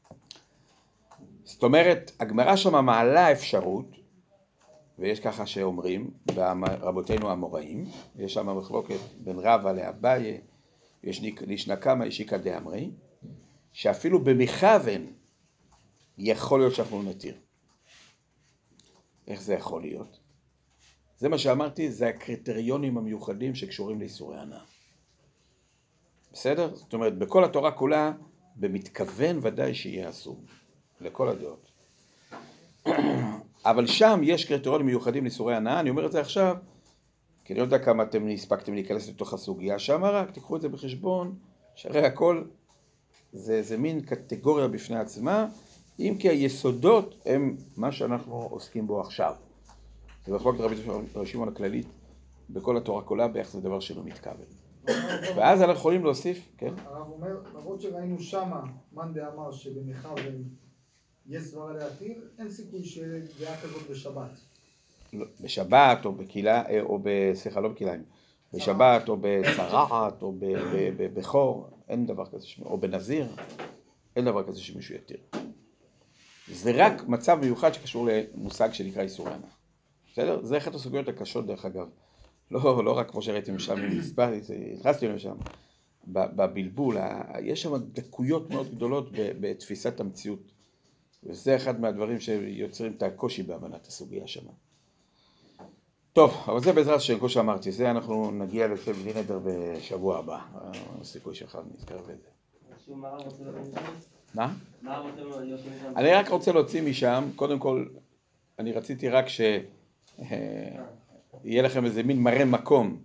S1: זאת אומרת, הגמרא שם מעלה אפשרות, ויש ככה שאומרים, ברבותינו המוראים, יש שם מחלוקת בין רבא לאביי, יש לישנא קמא אישיקא דאמרי, שאפילו במכוון יכול להיות שאנחנו נתיר. איך זה יכול להיות? זה מה שאמרתי, זה הקריטריונים המיוחדים שקשורים לאיסורי הנאה. בסדר? זאת אומרת, בכל התורה כולה, במתכוון ודאי שיהיה אסור, לכל הדעות. אבל שם יש קריטריונים מיוחדים לאיסורי הנאה, אני אומר את זה עכשיו, כי אני לא יודע כמה אתם הספקתם להיכנס לתוך הסוגיה שם, רק תיקחו את זה בחשבון, שהרי הכל זה מין קטגוריה בפני עצמה, אם כי היסודות הם מה שאנחנו עוסקים בו עכשיו. זה מחלוקת רבי שמעון הכללית בכל התורה כולה ביחס לדבר שלא מתכוון. ואז אנחנו יכולים להוסיף, כן?
S2: הרב אומר, למרות שראינו שמה, מאן דאמר שבמכוון יש סברה להתיר, אין סיכוי שדעה כזאת בשבת.
S1: בשבת או בקהילה, או סליחה, לא בקהילה, בשבת או בצרעת או בחור, אין דבר כזה, או בנזיר, אין דבר כזה שמישהו יתיר. זה רק מצב מיוחד שקשור למושג שנקרא איסורי הנאה. בסדר? זה אחת הסוגיות הקשות דרך אגב. לא רק כמו שראיתם שם, נכנסתי לשם, בבלבול, יש שם דקויות מאוד גדולות בתפיסת המציאות. וזה אחד מהדברים שיוצרים את הקושי בהבנת הסוגיה שם. טוב, אבל זה בעזרת השם, כמו שאמרתי, זה אנחנו נגיע לזה בלי נדר בשבוע הבא. הסיכוי שלך נתקרב לזה. מה? אני רק רוצה להוציא משם, קודם כל, אני רציתי רק יהיה לכם איזה מין מראה מקום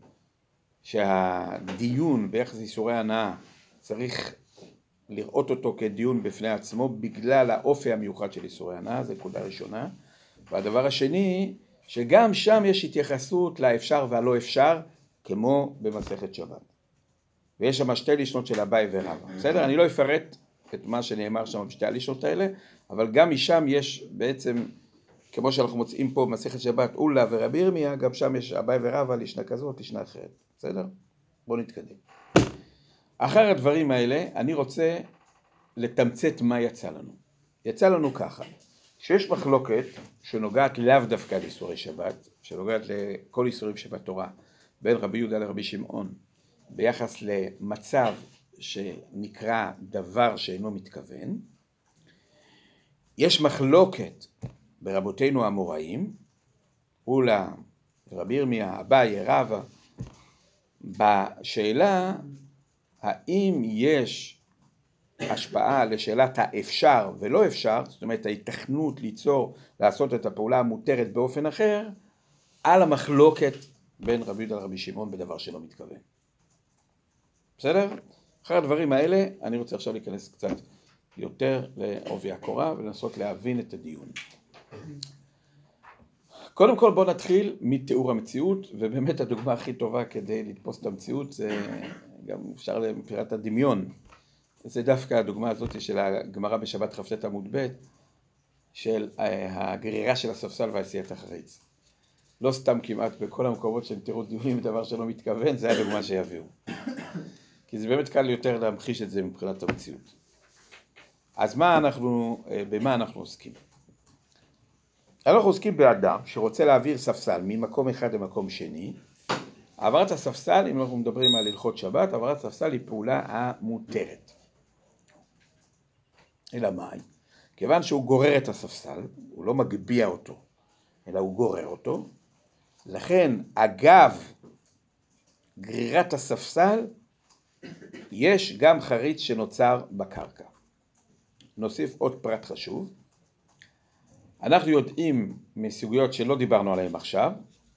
S1: שהדיון ביחס לאיסורי הנאה צריך לראות אותו כדיון בפני עצמו בגלל האופי המיוחד של איסורי הנאה, זה נקודה ראשונה. והדבר השני, שגם שם יש התייחסות לאפשר והלא אפשר כמו במסכת שבת. ויש שם שתי לישנות של אביי ורבא. בסדר? אני לא אפרט את מה שנאמר שם בשתי הלישנות האלה, אבל גם משם יש בעצם כמו שאנחנו מוצאים פה במסכת שבת אולה ורבי ירמיה, גם שם יש אביי ורבא, לישנה כזאת, לישנה אחרת. בסדר? בואו נתקדם. אחר הדברים האלה, אני רוצה לתמצת מה יצא לנו. יצא לנו ככה, שיש מחלוקת שנוגעת לאו דווקא לאיסורי שבת, שנוגעת לכל איסורים שבתורה, בין רבי יהודה לרבי שמעון ביחס למצב שנקרא דבר שאינו מתכוון. יש מחלוקת ברבותינו האמוראים, אולה, רבי ירמיה, אביי, רבא, בשאלה האם יש השפעה לשאלת האפשר ולא אפשר, זאת אומרת ההיתכנות ליצור, לעשות את הפעולה המותרת באופן אחר, על המחלוקת בין רבי יהודה לרבי שמעון בדבר שלא מתכוון. בסדר? אחרי הדברים האלה אני רוצה עכשיו להיכנס קצת יותר לעובי הקורה ולנסות להבין את הדיון. קודם כל בוא נתחיל מתיאור המציאות, ובאמת הדוגמה הכי טובה כדי לתפוס את המציאות זה גם אפשר מבחינת הדמיון. זה דווקא הדוגמה הזאת של הגמרא בשבת כ"ט עמוד ב' של הגרירה של הספסל ועשיית החריץ. לא סתם כמעט בכל המקומות שהם תראו דיונים דבר שלא מתכוון, זה הדוגמה שיביאו. כי זה באמת קל יותר להמחיש את זה מבחינת המציאות. אז במה אנחנו עוסקים? אנחנו עוסקים באדם שרוצה להעביר ספסל ממקום אחד למקום שני. העברת הספסל, אם אנחנו מדברים על הלכות שבת, העברת הספסל היא פעולה המותרת. אלא מאי? כיוון שהוא גורר את הספסל, הוא לא מגביע אותו, אלא הוא גורר אותו, לכן אגב גרירת הספסל יש גם חריץ שנוצר בקרקע. נוסיף עוד פרט חשוב. אנחנו יודעים מסוגיות שלא דיברנו עליהן עכשיו,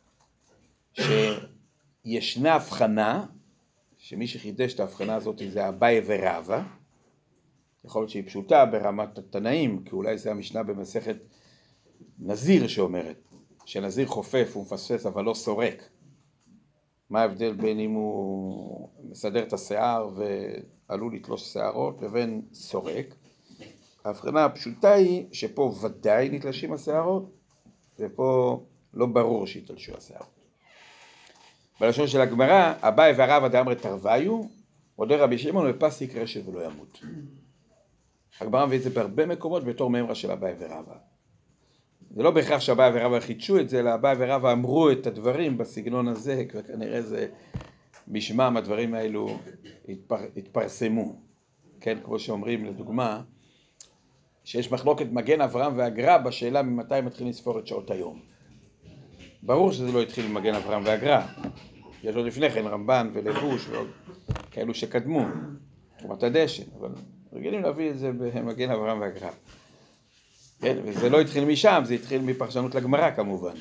S1: שישנה הבחנה, שמי שחידש את ההבחנה הזאת זה אביי ורבא, יכול להיות שהיא פשוטה ברמת התנאים, כי אולי זה המשנה במסכת נזיר שאומרת, שנזיר חופף ומפספס אבל לא סורק. מה ההבדל בין אם הוא מסדר את השיער ועלול לתלוש שערות לבין סורק? ההבחנה הפשוטה היא שפה ודאי נתלשים השערות, ופה לא ברור שיתלשו השערות. בלשון של הגמרא, אביי ורבא דאמרי תרוויו, מודה רבי שמעון ופסיק רשת ולא ימות. הגמרא מביא את זה בהרבה מקומות בתור מימרה של אביי ורבא. זה לא בהכרח שאביי ורבא חידשו את זה, אלא אביי ורבא אמרו את הדברים בסגנון הזה, וכנראה זה בשמם הדברים האלו התפרסמו. כן, כמו שאומרים לדוגמה, שיש מחלוקת מגן אברהם והגר"א בשאלה ממתי מתחילים לספור את שעות היום. ברור שזה לא התחיל עם מגן אברהם והגר"א. יש עוד לפני כן רמב"ן ולבוש ועוד כאלו שקדמו, תרומת הדשן, אבל רגילים להביא את זה במגן אברהם והגר"א. כן, וזה לא התחיל משם, זה התחיל מפרשנות לגמרא כמובן.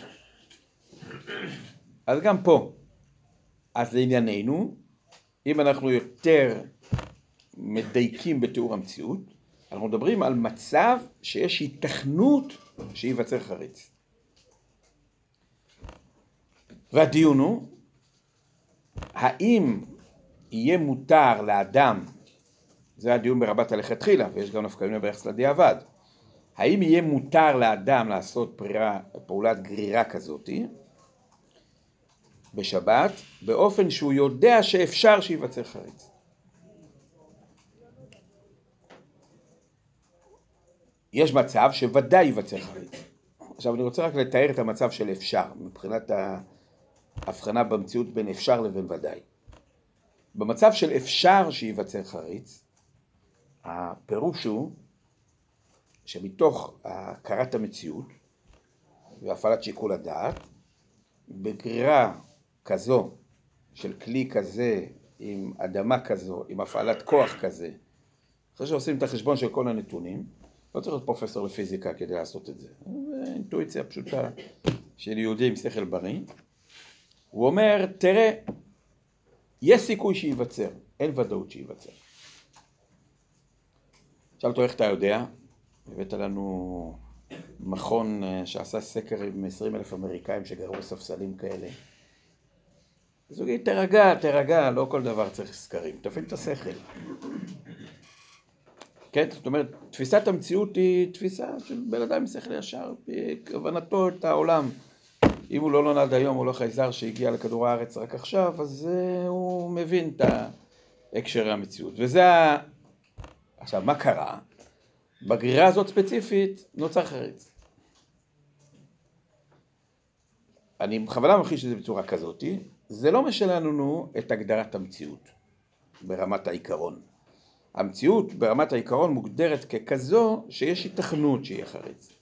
S1: אז גם פה, אז לענייננו, אם אנחנו יותר מדייקים בתיאור המציאות, אנחנו מדברים על מצב שיש היתכנות שייווצר חריץ. והדיון הוא, האם יהיה מותר לאדם, זה הדיון ברבת הלכתחילה, ויש גם נפקא מינה ביחס לדיעבד, האם יהיה מותר לאדם לעשות פעולת גרירה כזאת בשבת, באופן שהוא יודע שאפשר שייווצר חריץ? יש מצב שוודאי ייווצר חריץ. עכשיו אני רוצה רק לתאר את המצב של אפשר, מבחינת ההבחנה במציאות בין אפשר לבין ודאי. במצב של אפשר שייווצר חריץ, הפירוש הוא שמתוך הכרת המציאות והפעלת שיקול הדעת, בגרירה כזו של כלי כזה, עם אדמה כזו, עם הפעלת כוח כזה, אחרי שעושים את החשבון של כל הנתונים, לא צריך להיות פרופסור לפיזיקה כדי לעשות את זה. זה אינטואיציה פשוטה של יהודי עם שכל בריא. הוא אומר, תראה, יש סיכוי שייווצר, אין ודאות שייווצר. שאל אותו איך אתה יודע? הבאת לנו מכון שעשה סקר עם 20,000 אמריקאים שגרו בספסלים כאלה. אז הוא יגיד, תרגע, לא כל דבר צריך סקרים, תפעיל את השכל. כן, זאת אומרת, תפיסת המציאות היא תפיסה של בן אדם עם שכל ישר, בכוונתו את העולם. אם הוא לא נולד היום, הוא לא חייזר שהגיע לכדור הארץ רק עכשיו, אז הוא מבין את ההקשר המציאות. עכשיו, מה קרה? בגרירה הזאת ספציפית נוצר חריץ. אני בכוונה ממחיש את זה בצורה כזאת, זה לא משנה לנו את הגדרת המציאות ברמת העיקרון. המציאות ברמת העיקרון מוגדרת ככזו שיש התכנות שיהיה חריץ.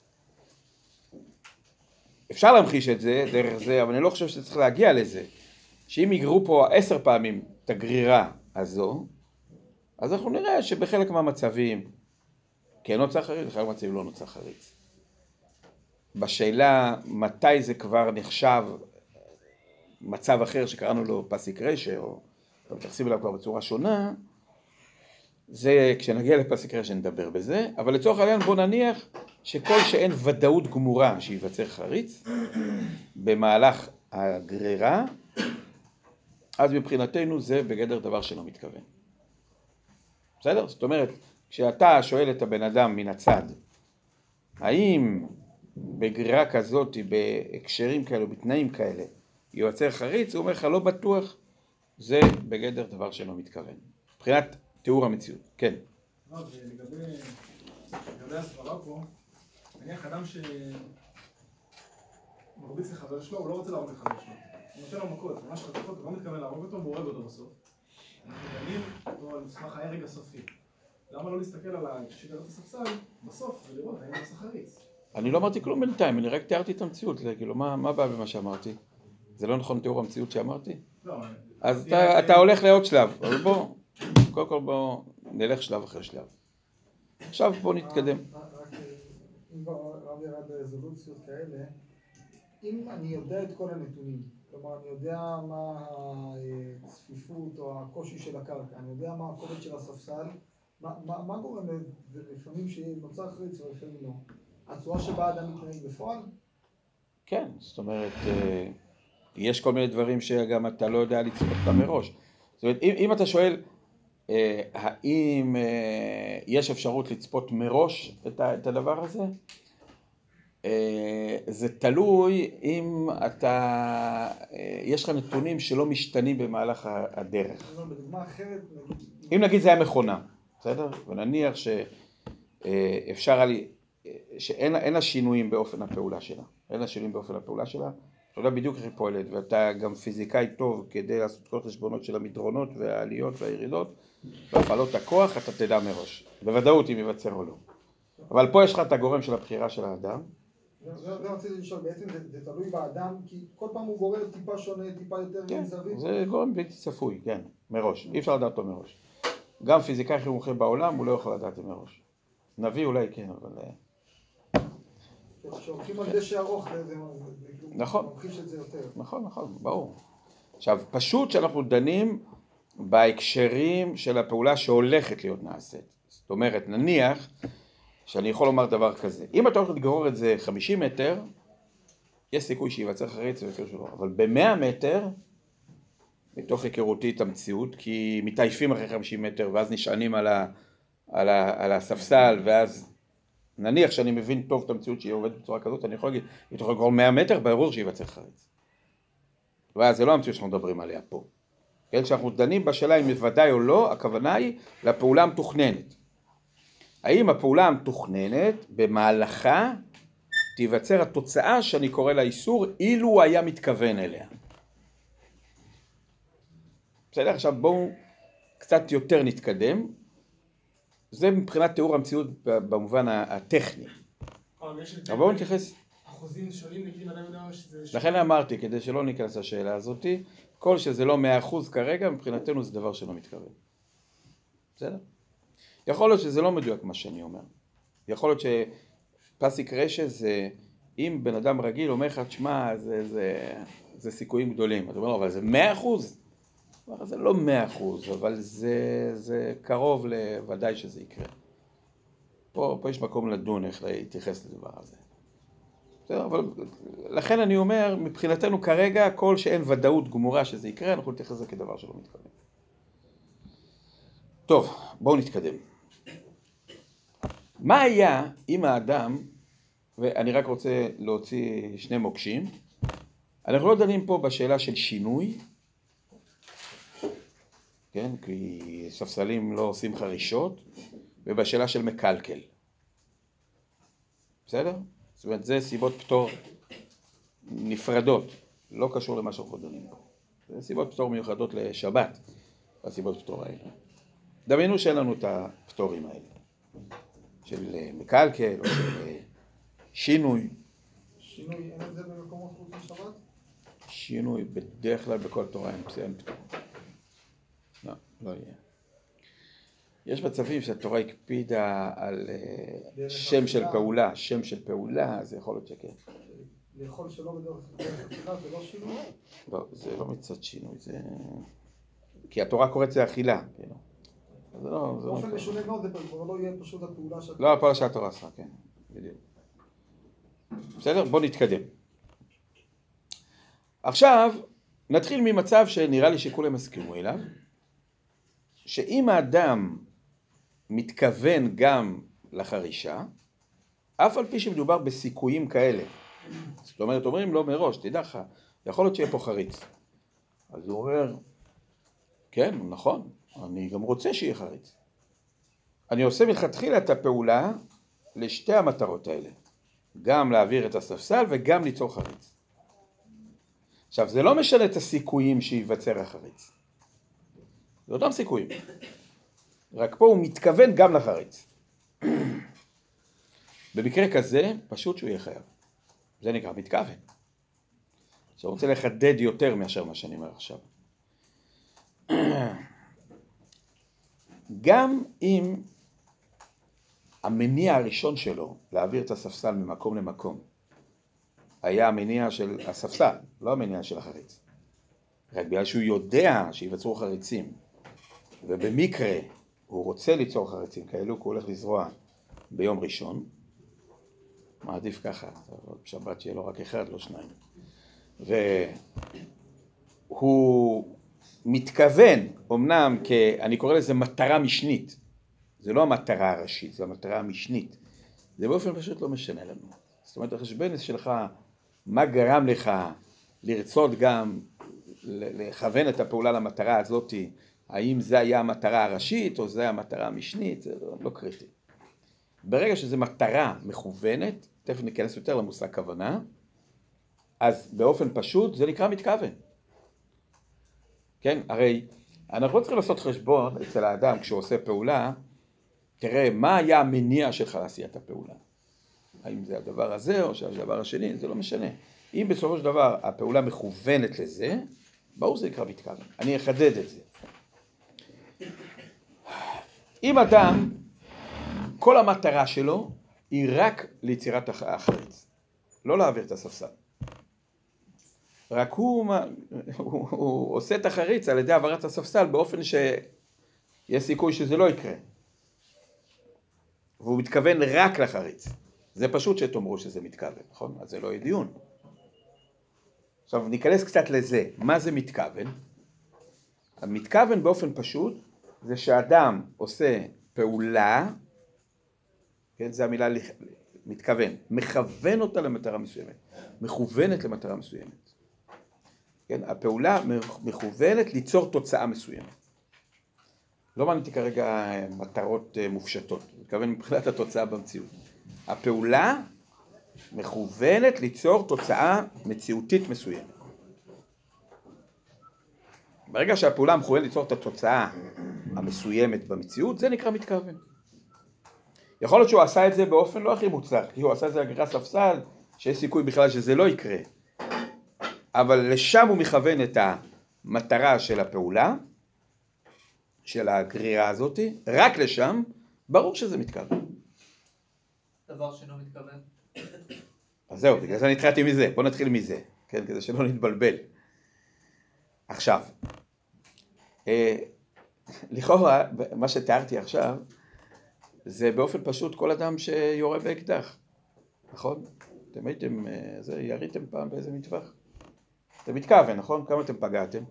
S1: אפשר להמחיש את זה דרך זה, אבל אני לא חושב שצריך להגיע לזה. שאם יגרו פה 10 פעמים את הגרירה הזו, אז אנחנו נראה שבחלק מהמצבים כן נוצר חריץ, בחלק מהמצבים לא נוצר חריץ. בשאלה מתי זה כבר נחשב מצב אחר שקראנו לו פסיק רשע, או מתייחסים אליו כבר בצורה שונה, זה כשנגיע לפסיק רשע נדבר בזה, אבל לצורך העניין בוא נניח שכל שאין ודאות גמורה שיווצר חריץ במהלך הגרירה, אז מבחינתנו זה בגדר דבר שלא מתכוון. בסדר? זאת אומרת, כשאתה שואל את הבן אדם מן הצד, האם בגרירה כזאת, בהקשרים כאלה, בתנאים כאלה, ייווצר חריץ, הוא אומר לך לא בטוח, זה בגדר דבר שלא מתכוון. מבחינת תיאור המציאות. כן.
S3: לגבי הסברה פה, נניח אדם שמרביץ לחבר שלו, הוא לא רוצה להרוג לחבר שלו. הוא נותן לו מכות, ממש חטפות, הוא לא מתכוון להרוג אותו, והוא הורג אותו בסוף. אנחנו דנים פה על מסמך ההרג הסופי. למה לא להסתכל על שיטת הספסל בסוף ולראות האם זה חריץ?
S1: אני לא אמרתי כלום בינתיים, אני רק תיארתי את המציאות. כאילו, מה בא במה שאמרתי? זה לא נכון תיאור המציאות שאמרתי?
S3: לא.
S1: אז אתה הולך לעוד שלב, אבל קודם כל בוא נלך שלב אחרי שלב. עכשיו בוא נתקדם.
S2: אם רב ירד ברזולוציות כאלה, אם אני יודע את כל הנתונים, כלומר אני יודע מה הצפיפות או הקושי של הקרקע, אני יודע מה הכובד של הספסל, מה גורם לפעמים שנוצר חריץ ולפעמים לא? הצורה שבה האדם מתנהג בפועל?
S1: כן, זאת אומרת, יש כל מיני דברים שגם אתה לא יודע לצפות אותם מראש. זאת אומרת, אם אתה שואל, האם יש אפשרות לצפות מראש את הדבר הזה? זה תלוי אם יש לך נתונים שלא משתנים במהלך הדרך.
S2: בדוגמה אחרת...
S1: אם נגיד זה היה מכונה, בסדר? ונניח שאפשר שאין לה שינויים באופן הפעולה שלה. אין לה שינויים באופן הפעולה שלה. אתה יודע בדיוק איך היא פועלת, ואתה גם פיזיקאי טוב כדי לעשות כל חשבונות של המדרונות והעליות והירידות, והפעלות הכוח, אתה תדע מראש. בוודאות אם ייווצר או לא. אבל פה יש לך את הגורם של הבחירה של האדם.
S2: זה רציתי לשאול, בעצם זה תלוי באדם, כי כל פעם הוא גורם טיפה שונה, טיפה יותר מזווית.
S1: זה גורם בלתי צפוי, כן, מראש. אי אפשר לדעת אותו מראש. גם פיזיקאי הכי מומחה בעולם, הוא לא יכול לדעת את זה מראש. נביא אולי כן, אבל...
S2: כשהולכים על דשא ארוך, זה ממחיש את זה יותר.
S1: נכון, ברור. עכשיו, פשוט שאנחנו דנים בהקשרים של הפעולה שהולכת להיות נעשית. זאת אומרת, נניח שאני יכול לומר דבר כזה. אם אתה הולך לגרור את זה 50 מטר, יש סיכוי שיווצר חריץ ויותר שלא. אבל ב-100 מטר, מתוך היכרותי את המציאות, כי מתעייפים אחרי 50 מטר, ואז נשענים על הספסל, ואז נניח שאני מבין טוב את המציאות שהיא עובדת בצורה כזאת, אני יכול להגיד, אם אתה יכול לגרור 100 מטר, ברור שיווצר חריץ. ואז זה לא המציאות שאנחנו מדברים עליה פה. כן, כשאנחנו דנים בשאלה אם ודאי או לא, הכוונה היא לפעולה המתוכננת. האם הפעולה המתוכננת במהלכה תיווצר התוצאה שאני קורא לה איסור אילו הוא היה מתכוון אליה. בסדר, עכשיו בואו קצת יותר נתקדם. זה מבחינת תיאור המציאות במובן הטכני. אבל בואו נתייחס.
S3: אחוזים שונים נגיד אדם יודע שזה...
S1: לכן אמרתי, כדי שלא ניכנס לשאלה הזאת, כל שזה לא 100% כרגע, מבחינתנו זה דבר שלא מתכוון. בסדר? יכול להיות שזה לא מדויק מה שאני אומר. יכול להיות שפסיק רשע זה, אם בן אדם רגיל אומר לך, תשמע, זה סיכויים גדולים. אתה אומר, אבל זה 100%? זה לא 100%, אבל זה קרוב לוודאי שזה יקרה. פה יש מקום לדון איך להתייחס לדבר הזה. בסדר, אבל לכן אני אומר, מבחינתנו כרגע, כל שאין ודאות גמורה שזה יקרה, אנחנו נתייחס לזה כדבר שלא מתכוון. טוב, בואו נתקדם. מה היה אם האדם, ואני רק רוצה להוציא שני מוקשים, אנחנו לא דנים פה בשאלה של שינוי, כן, כי ספסלים לא עושים חרישות, ובשאלה של מקלקל. בסדר? זאת אומרת, זה סיבות פטור נפרדות. לא קשור למה שאנחנו דנים פה. זה סיבות פטור מיוחדות לשבת, הסיבות פטור האלה. דמיינו שאין לנו את הפטורים האלה, של מקלקל או של שינוי.
S2: שינוי, אין את זה במקומות חוץ משבת?
S1: שינוי, בדרך כלל בכל תורה אין פטור. לא יהיה. יש מצבים שהתורה הקפידה על שם של פעולה, שם של פעולה, זה יכול להיות שכן.
S2: לאכול שלא בדרך אכילה זה לא שינוי?
S1: לא, זה לא מצד שינוי, זה... כי התורה קוראת זה אכילה, כאילו. זה לא...
S2: באופן משונה מאוד, זה כבר לא יהיה פשוט הפעולה שהתורה...
S1: לא הפעולה שהתורה עשה, כן. בדיוק. בסדר? בוא נתקדם. עכשיו, נתחיל ממצב שנראה לי שכולם הסכימו אליו, שאם האדם מתכוון גם לחרישה, אף על פי שמדובר בסיכויים כאלה, זאת אומרת, אומרים לו מראש, תדע לך, יכול להיות שיהיה פה חריץ. אז הוא אומר, כן, נכון, אני גם רוצה שיהיה חריץ. אני עושה מלכתחילה את הפעולה לשתי המטרות האלה, גם להעביר את הספסל וגם ליצור חריץ. עכשיו, זה לא משנה את הסיכויים שיווצר החריץ. זה אותם סיכויים. רק פה הוא מתכוון גם לחריץ. במקרה כזה, פשוט שהוא יהיה חייב. זה נקרא מתכוון. עכשיו, רוצה לחדד יותר מאשר מה שאני אומר עכשיו. גם אם המניע הראשון שלו להעביר את הספסל ממקום למקום היה המניע של הספסל, לא המניע של החריץ. רק בגלל שהוא יודע שיווצרו חריצים, ובמקרה הוא רוצה ליצור חריצים כאלו, הוא הולך לזרוע ביום ראשון, מעדיף ככה, בשבת שיהיה לו רק אחד, לא שניים. והוא מתכוון, אמנם, אני קורא לזה מטרה משנית, זה לא המטרה הראשית, זה המטרה המשנית. זה באופן פשוט לא משנה לנו. זאת אומרת, החשבון שלך, מה גרם לך לרצות גם לכוון את הפעולה למטרה הזאת, האם זה היה המטרה הראשית או זה היה המטרה המשנית, זה לא קריטי. ברגע שזו מטרה מכוונת, תכף ניכנס יותר למושג כוונה, אז באופן פשוט זה נקרא מתכוון. כן, הרי אנחנו צריכים לעשות חשבון אצל האדם כשהוא עושה פעולה, תראה מה היה המניע שלך לעשיית הפעולה. האם זה הדבר הזה או שהדבר השני, זה לא משנה. אם בסופו של דבר הפעולה מכוונת לזה, ברור זה נקרא מתכוון. אני אחדד את זה. אם אדם, כל המטרה שלו היא רק ליצירת החריץ, לא להעביר את הספסל. רק הוא עושה את החריץ על ידי העברת הספסל באופן שיש סיכוי שזה לא יקרה. והוא מתכוון רק לחריץ. זה פשוט שתאמרו שזה מתכוון, נכון? אז זה לא יהיה דיון. עכשיו ניכנס קצת לזה. מה זה מתכוון? המתכוון באופן פשוט זה שאדם עושה פעולה, כן, זה המילה מתכוון, מכוון אותה למטרה מסוימת, מכוונת למטרה מסוימת. כן, הפעולה מכוונת ליצור תוצאה מסוימת. לא מעניתי כרגע מטרות מופשטות, מתכוון מבחינת התוצאה במציאות. הפעולה מכוונת ליצור תוצאה מציאותית מסוימת. ברגע שהפעולה מכוונת ליצור את התוצאה המסוימת במציאות, זה נקרא מתכוון. יכול להיות שהוא עשה את זה באופן לא הכי מוצלח, כי הוא עשה את זה הגרירה ספסל, שיש סיכוי בכלל שזה לא יקרה. אבל לשם הוא מכוון את המטרה של הפעולה, של הגרירה הזאת, רק לשם, ברור שזה מתכוון.
S6: דבר שאינו מתכוון.
S1: אז זהו, בגלל זה אני התחלתי מזה, בוא נתחיל מזה, כן, כדי שלא נתבלבל. עכשיו, לכאורה, מה שתיארתי עכשיו, זה באופן פשוט כל אדם שיורה באקדח, נכון? אתם הייתם, יריתם פעם באיזה מטווח? זה מתכוון, נכון? כמה אתם פגעתם?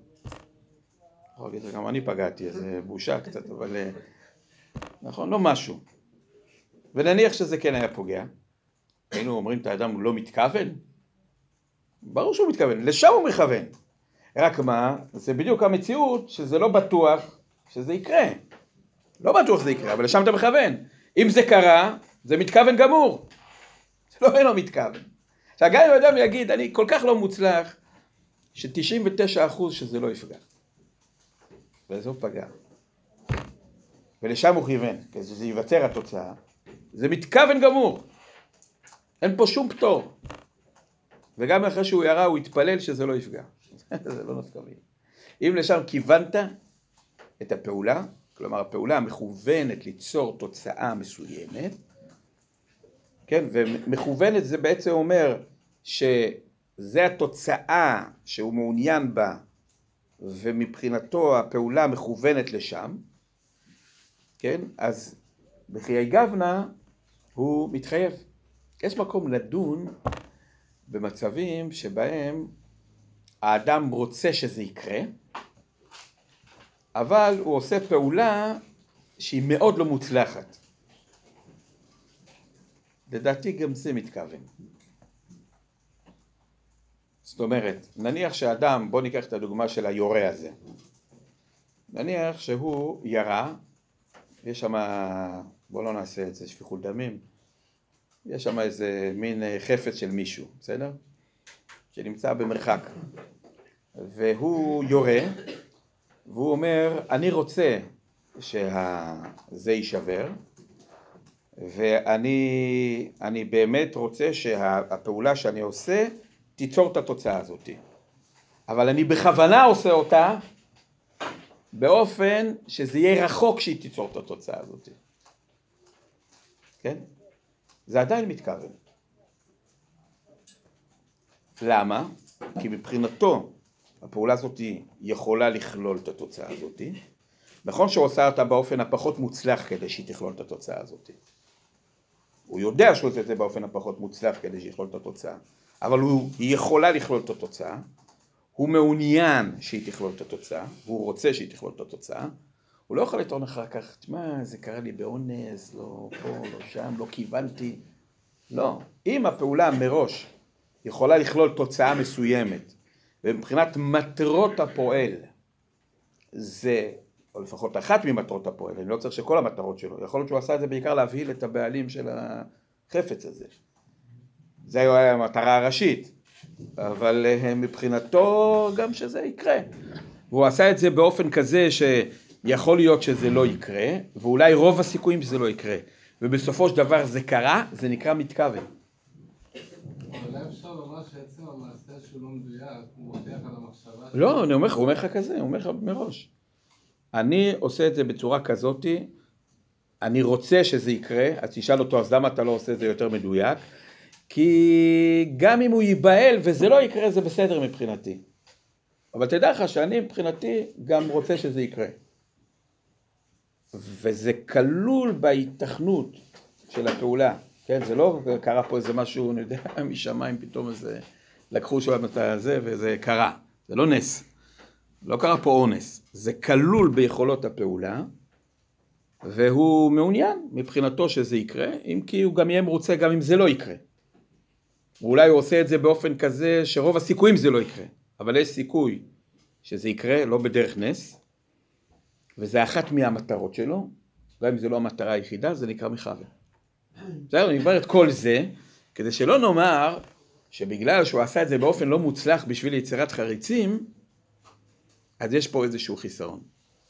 S1: גם אני פגעתי, זה בושה קצת, אבל נכון, לא משהו. ונניח שזה כן היה פוגע, היינו אומרים את האדם הוא לא מתכוון? ברור שהוא מתכוון, לשם הוא מכוון. רק מה, זה בדיוק המציאות שזה לא בטוח שזה יקרה. לא בטוח שזה יקרה, אבל לשם אתה מכוון. אם זה קרה, זה מתכוון גמור. זה לא אינו מתכוון. עכשיו גם אם האדם יגיד, אני כל כך לא מוצלח, ש99% שזה לא יפגע. וזה הוא פגע. ולשם הוא כיוון, כדי שזה ייווצר התוצאה. זה מתכוון גמור. אין פה שום פטור. וגם אחרי שהוא ירה, הוא התפלל שזה לא יפגע. זה לא נפקמים. אם לשם כיוונת את הפעולה, כלומר הפעולה מכוונת ליצור תוצאה מסוימת, כן, ומכוונת זה בעצם אומר שזה התוצאה שהוא מעוניין בה, ומבחינתו הפעולה מכוונת לשם, כן, אז בחיי גוונה הוא מתחייב. יש מקום לדון במצבים שבהם האדם רוצה שזה יקרה, אבל הוא עושה פעולה שהיא מאוד לא מוצלחת. לדעתי גם זה מתכוון. זאת אומרת, נניח שאדם, בוא ניקח את הדוגמה של היורה הזה. נניח שהוא ירה, יש שם, בוא לא נעשה את זה, שפיכות דמים, יש שם איזה מין חפץ של מישהו, בסדר? שנמצא במרחק. והוא יורה, והוא אומר, אני רוצה שזה יישבר, ואני באמת רוצה שהפעולה שאני עושה תיצור את התוצאה הזאת. אבל אני בכוונה עושה אותה באופן שזה יהיה רחוק שהיא תיצור את התוצאה הזאת. כן? זה עדיין מתכוון. למה? כי מבחינתו הפעולה הזאת יכולה לכלול את התוצאה הזאת. נכון שהוא עושה אותה באופן הפחות מוצלח כדי שהיא תכלול את התוצאה הזאת. הוא יודע שהוא עושה את זה באופן הפחות מוצלח כדי שהיא תכלול את התוצאה. אבל היא יכולה לכלול את התוצאה. הוא מעוניין שהיא תכלול את התוצאה. הוא רוצה שהיא תכלול את התוצאה. הוא לא יכול לטעון אחר כך, מה, זה קרה לי באונס, לא פה, לא שם, לא כיוונתי. לא. אם הפעולה מראש יכולה לכלול תוצאה מסוימת, ומבחינת מטרות הפועל, זה, או לפחות אחת ממטרות הפועל, אני לא צריך שכל המטרות שלו, יכול להיות שהוא עשה את זה בעיקר להבהיל את הבעלים של החפץ הזה. זה היה המטרה הראשית, אבל מבחינתו גם שזה יקרה. והוא עשה את זה באופן כזה שיכול להיות שזה לא יקרה, ואולי רוב הסיכויים שזה לא יקרה. ובסופו של דבר זה קרה, זה נקרא מתכוון.
S7: אבל אפשר לומר שעצם המעשה שהוא לא מדויק, הוא מותח על המחשבה.
S1: לא, אני אומר לך כזה, אני אומר לך מראש. אני עושה את זה בצורה כזאת, אני רוצה שזה יקרה, אז תשאל אותו, אז למה אתה לא עושה את זה יותר מדויק? כי גם אם הוא ייבהל וזה לא יקרה, זה בסדר מבחינתי. אבל תדע לך שאני מבחינתי גם רוצה שזה יקרה. וזה כלול בהיתכנות של הפעולה. כן, זה לא קרה פה איזה משהו, אני יודע, משמיים פתאום איזה, לקחו שם את זה וזה קרה. זה לא נס. לא קרה פה אונס. זה כלול ביכולות הפעולה, והוא מעוניין מבחינתו שזה יקרה, אם כי הוא גם יהיה מרוצה גם אם זה לא יקרה. ואולי הוא עושה את זה באופן כזה שרוב הסיכויים זה לא יקרה. אבל יש סיכוי שזה יקרה, לא בדרך נס, וזה אחת מהמטרות שלו, גם אם זה לא המטרה היחידה, זה נקרא מכוון. בסדר, אני אומר את כל זה, כדי שלא נאמר שבגלל שהוא עשה את זה באופן לא מוצלח בשביל יצירת חריצים, אז יש פה איזשהו חיסרון.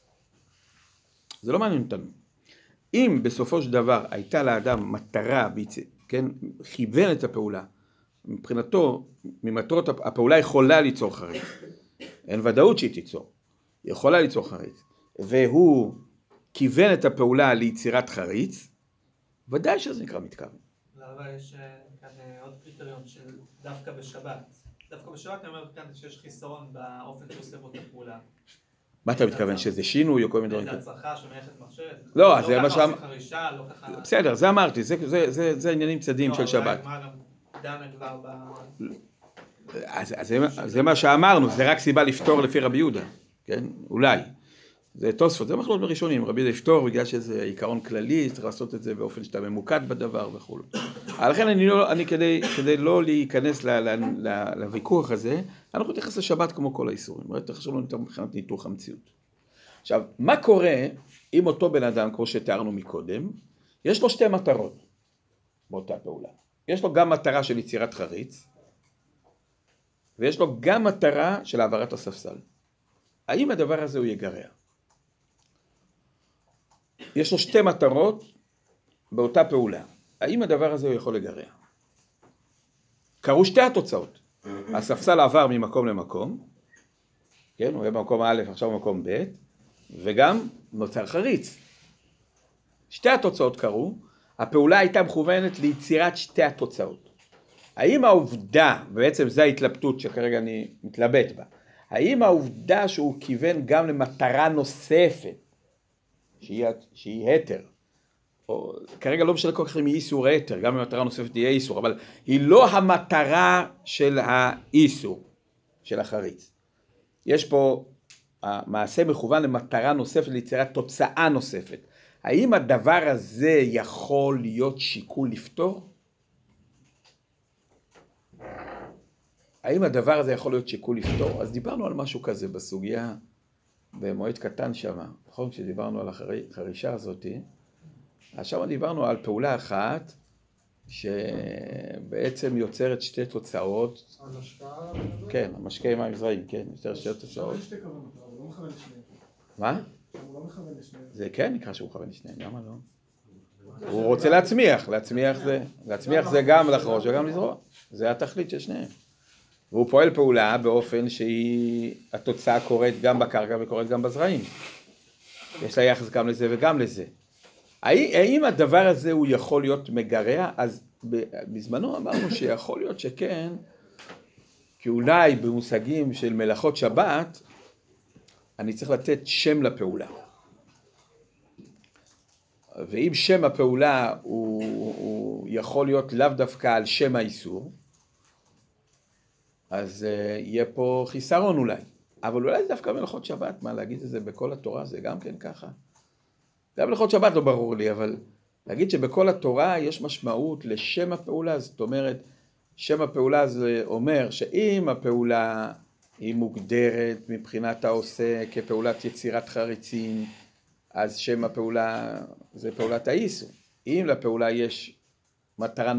S1: זה לא מעניין אותנו. אם בסופו של דבר הייתה לאדם מטרה, כן, כיוון את הפעולה, מבחינתו, ממטרות הפעולה יכולה ליצור חריץ. אין ודאות שהיא תיצור. היא יכולה ליצור חריץ. והוא כיוון את הפעולה ליצירת חריץ, ודאי שזה נקרא מתכוון.
S6: אבל יש כאן עוד קריטריון של דווקא בשבת. דווקא בשבת אני אומר כאן שיש חיסרון באופן שעושה בו את הפעולה.
S1: מה אתה מתכוון? שזה שינוי או כל מיני דברים?
S6: זה הצלחה שמייחת מחשב.
S1: לא, זה מה
S6: לא ככה עושים חרישה, לא ככה...
S1: בסדר, זה אמרתי, זה עניינים צדדיים של שבת.
S6: מה גם דנה כבר ב...
S1: אז זה מה שאמרנו, זה רק סיבה לפתור לפי רבי יהודה, כן? אולי. זה תוספות, זה מחלות בראשונים, רבי יהודה יפתור בגלל שזה עיקרון כללי, צריך לעשות את זה באופן שאתה ממוקד בדבר וכו'. לכן אני כדי לא להיכנס לוויכוח הזה, אנחנו נתייחס לשבת כמו כל האיסורים, רק תחשוב לנו יותר מבחינת ניתוח המציאות. עכשיו, מה קורה אם אותו בן אדם, כמו שתיארנו מקודם, יש לו שתי מטרות באותה פעולה. יש לו גם מטרה של יצירת חריץ, ויש לו גם מטרה של העברת הספסל. האם הדבר הזה הוא יגרע? יש לו שתי מטרות באותה פעולה. האם הדבר הזה הוא יכול לגרע? קרו שתי התוצאות. הספסל עבר ממקום למקום, כן, הוא היה במקום א', עכשיו במקום ב', וגם נוצר חריץ. שתי התוצאות קרו, הפעולה הייתה מכוונת ליצירת שתי התוצאות. האם העובדה, ובעצם זו ההתלבטות שכרגע אני מתלבט בה, האם העובדה שהוא כיוון גם למטרה נוספת, שהיא היתר, או, כרגע לא משנה כל כך אם היא איסור או היתר, גם במטרה נוספת היא איסור, אבל היא לא המטרה של האיסור, של החריץ. יש פה מעשה מכוון למטרה נוספת, ליצירת תוצאה נוספת. האם הדבר הזה יכול להיות שיקול לפתור? האם הדבר הזה יכול להיות שיקול לפתור? אז דיברנו על משהו כזה בסוגיה במועד קטן שמה, נכון? כשדיברנו על החרישה הזאת, אז שם דיברנו על פעולה אחת שבעצם יוצרת שתי תוצאות.
S2: המשקה?
S1: כן, המשקה עם המזרעים, כן, יוצרת שתי תוצאות.
S3: יש שתי כוונות, אבל הוא לא מכוון לשניהם.
S1: מה?
S3: הוא לא מכוון לשניהם.
S1: זה כן נקרא שהוא מכוון לשניהם, למה לא? הוא רוצה להצמיח, להצמיח זה גם לחרוש וגם לזרוע, זה התכלית של שניהם. והוא פועל פעולה באופן שהיא, התוצאה קורית גם בקרקע וקורית גם בזרעים. יש לה יחס גם לזה וגם לזה. האם הדבר הזה הוא יכול להיות מגרע? אז בזמנו אמרנו שיכול להיות שכן, כי אולי במושגים של מלאכות שבת, אני צריך לתת שם לפעולה. ואם שם הפעולה הוא יכול להיות לאו דווקא על שם האיסור, אז יהיה פה חיסרון אולי. אבל אולי זה דווקא מלאכות שבת, מה להגיד את זה בכל התורה, זה גם כן ככה. גם מלאכות שבת לא ברור לי, אבל להגיד שבכל התורה יש משמעות לשם הפעולה, זאת אומרת, שם הפעולה זה אומר שאם הפעולה היא מוגדרת מבחינת העושה כפעולת יצירת חריצים, אז שם הפעולה זה פעולת האיסור. אם לפעולה יש מטרה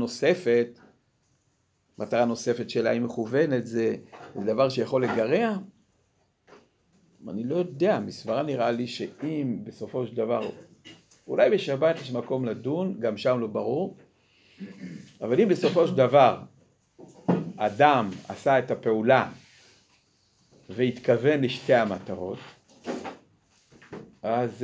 S1: נוספת שלה היא מכוונת, זה דבר שיכול לגרע, אני לא יודע, מסברה נראה לי שאם בסופו של דבר, אולי בשבת יש מקום לדון, גם שם לא ברור, אבל אם בסופו של דבר אדם עשה את הפעולה והתכוון לשתי המטרות, אז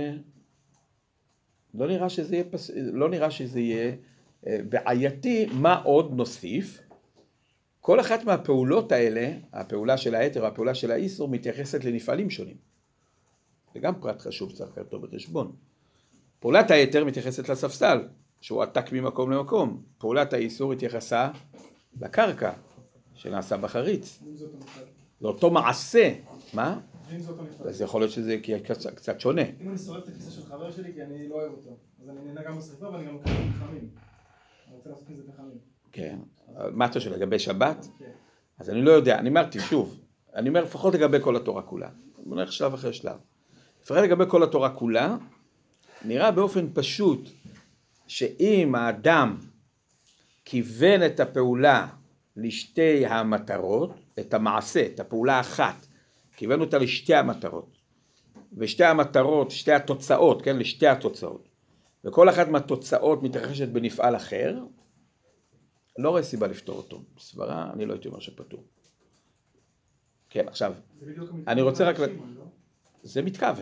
S1: לא נראה שזה יהיה בעייתי. מה עוד נוסיף? כל אחת מהפעולות האלה, הפעולה של היתר והפעולה של האיסור, מתייחסת לנפעלים שונים. זה גם פרט חשוב, צריך לקחת אותו בחשבון. פעולת היתר מתייחסת לספסל, שהוא עתק ממקום למקום. פעולת האיסור התייחסה לקרקע, שנעשה בחריץ. לאותו מעשה. מה? אז יכול להיות שזה קצת שונה.
S3: אם אני שורף את הכיסא של חבר שלי כי אני לא אוהב אותו, אז אני נהנה גם בשריפה ואני גם מקבל פחמים. אני רוצה לעשות מזה פחמים.
S1: כן. מה אתה שואל, לגבי שבת?
S3: כן.
S1: אז אני לא יודע, אני אמרתי שוב, אני אומר לפחות לגבי כל התורה כולה. אני אומר שלב אחרי שלב. לפחות לגבי כל התורה כולה, נראה באופן פשוט שאם האדם כיוון את הפעולה לשתי המטרות, את המעשה, את הפעולה האחת, כיוון אותה לשתי המטרות, ושתי המטרות, שתי התוצאות, כן, לשתי התוצאות, וכל אחת מהתוצאות מתרחשת בנפעל אחר, לא רואה סיבה לפתור אותו. בסברה, אני לא הייתי אומר שפתור. כן, עכשיו, אני רוצה רק... זה מתכוון.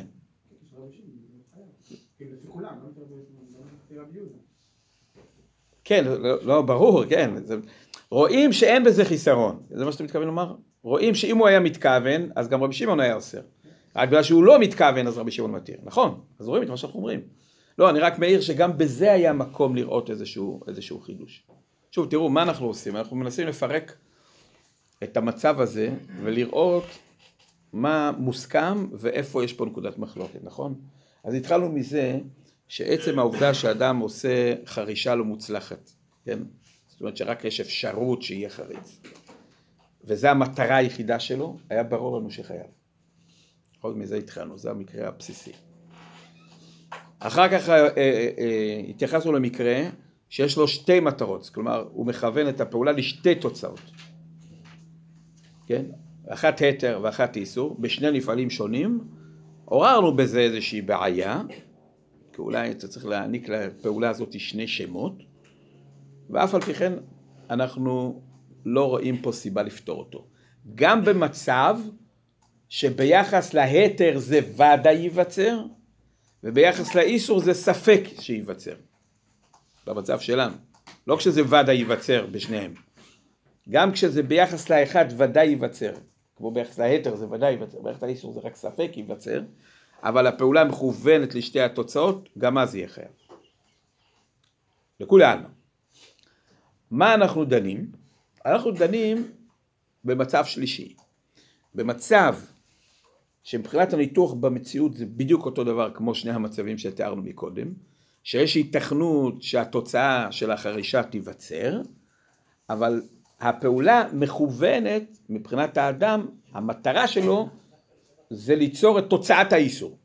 S1: כן, לא, ברור, כן. רואים שאין בזה חיסרון. זה מה שאתה מתכוון לומר? רואים שאם הוא היה מתכוון, אז גם רבי שמעון היה אוסר. רק בגלל שהוא לא מתכוון, אז רבי שמעון מתיר. נכון, אז רואים את מה שאנחנו אומרים. לא, אני רק מעיר שגם בזה היה מקום לראות איזשהו חידוש. שוב, תראו, מה אנחנו עושים? אנחנו מנסים לפרק את המצב הזה ולראות מה מוסכם ואיפה יש פה נקודת מחלוקת, נכון? אז התחלנו מזה שעצם העובדה שאדם עושה חרישה לא מוצלחת, כן? זאת אומרת שרק יש אפשרות שיהיה חריץ. וזו המטרה היחידה שלו, היה ברור לנו שחייב. עוד מזה התחלנו, זה המקרה הבסיסי. אחר כך התייחסנו למקרה שיש לו שתי מטרות, כלומר הוא מכוון את הפעולה לשתי תוצאות. כן? אחת היתר ואחת איסור, בשני נפעלים שונים, עוררנו בזה איזושהי בעיה, כי אולי אתה צריך להעניק לפעולה הזאת שני שמות, ואף על פי כן אנחנו לא רואים פה סיבה לפתור אותו. גם במצב שביחס להיתר זה ודאי ייווצר, וביחס לאיסור זה ספק שייווצר. במצב שלנו. לא כשזה ודאי ייווצר בשניהם. גם כשזה ביחס לאחד ודאי ייווצר. כמו ביחס להיתר זה ודאי ייווצר, ביחס לאיסור זה רק ספק ייווצר, אבל הפעולה מכוונת לשתי התוצאות, גם אז יהיה חייב. לכולנו. מה אנחנו דנים? אנחנו דנים במצב שלישי. במצב שמבחינת הניתוח במציאות זה בדיוק אותו דבר כמו שני המצבים שתיארנו מקודם, שיש היתכנות שהתוצאה של החרישה תיווצר, אבל הפעולה מכוונת מבחינת האדם, המטרה שלו זה ליצור את תוצאת האיסור.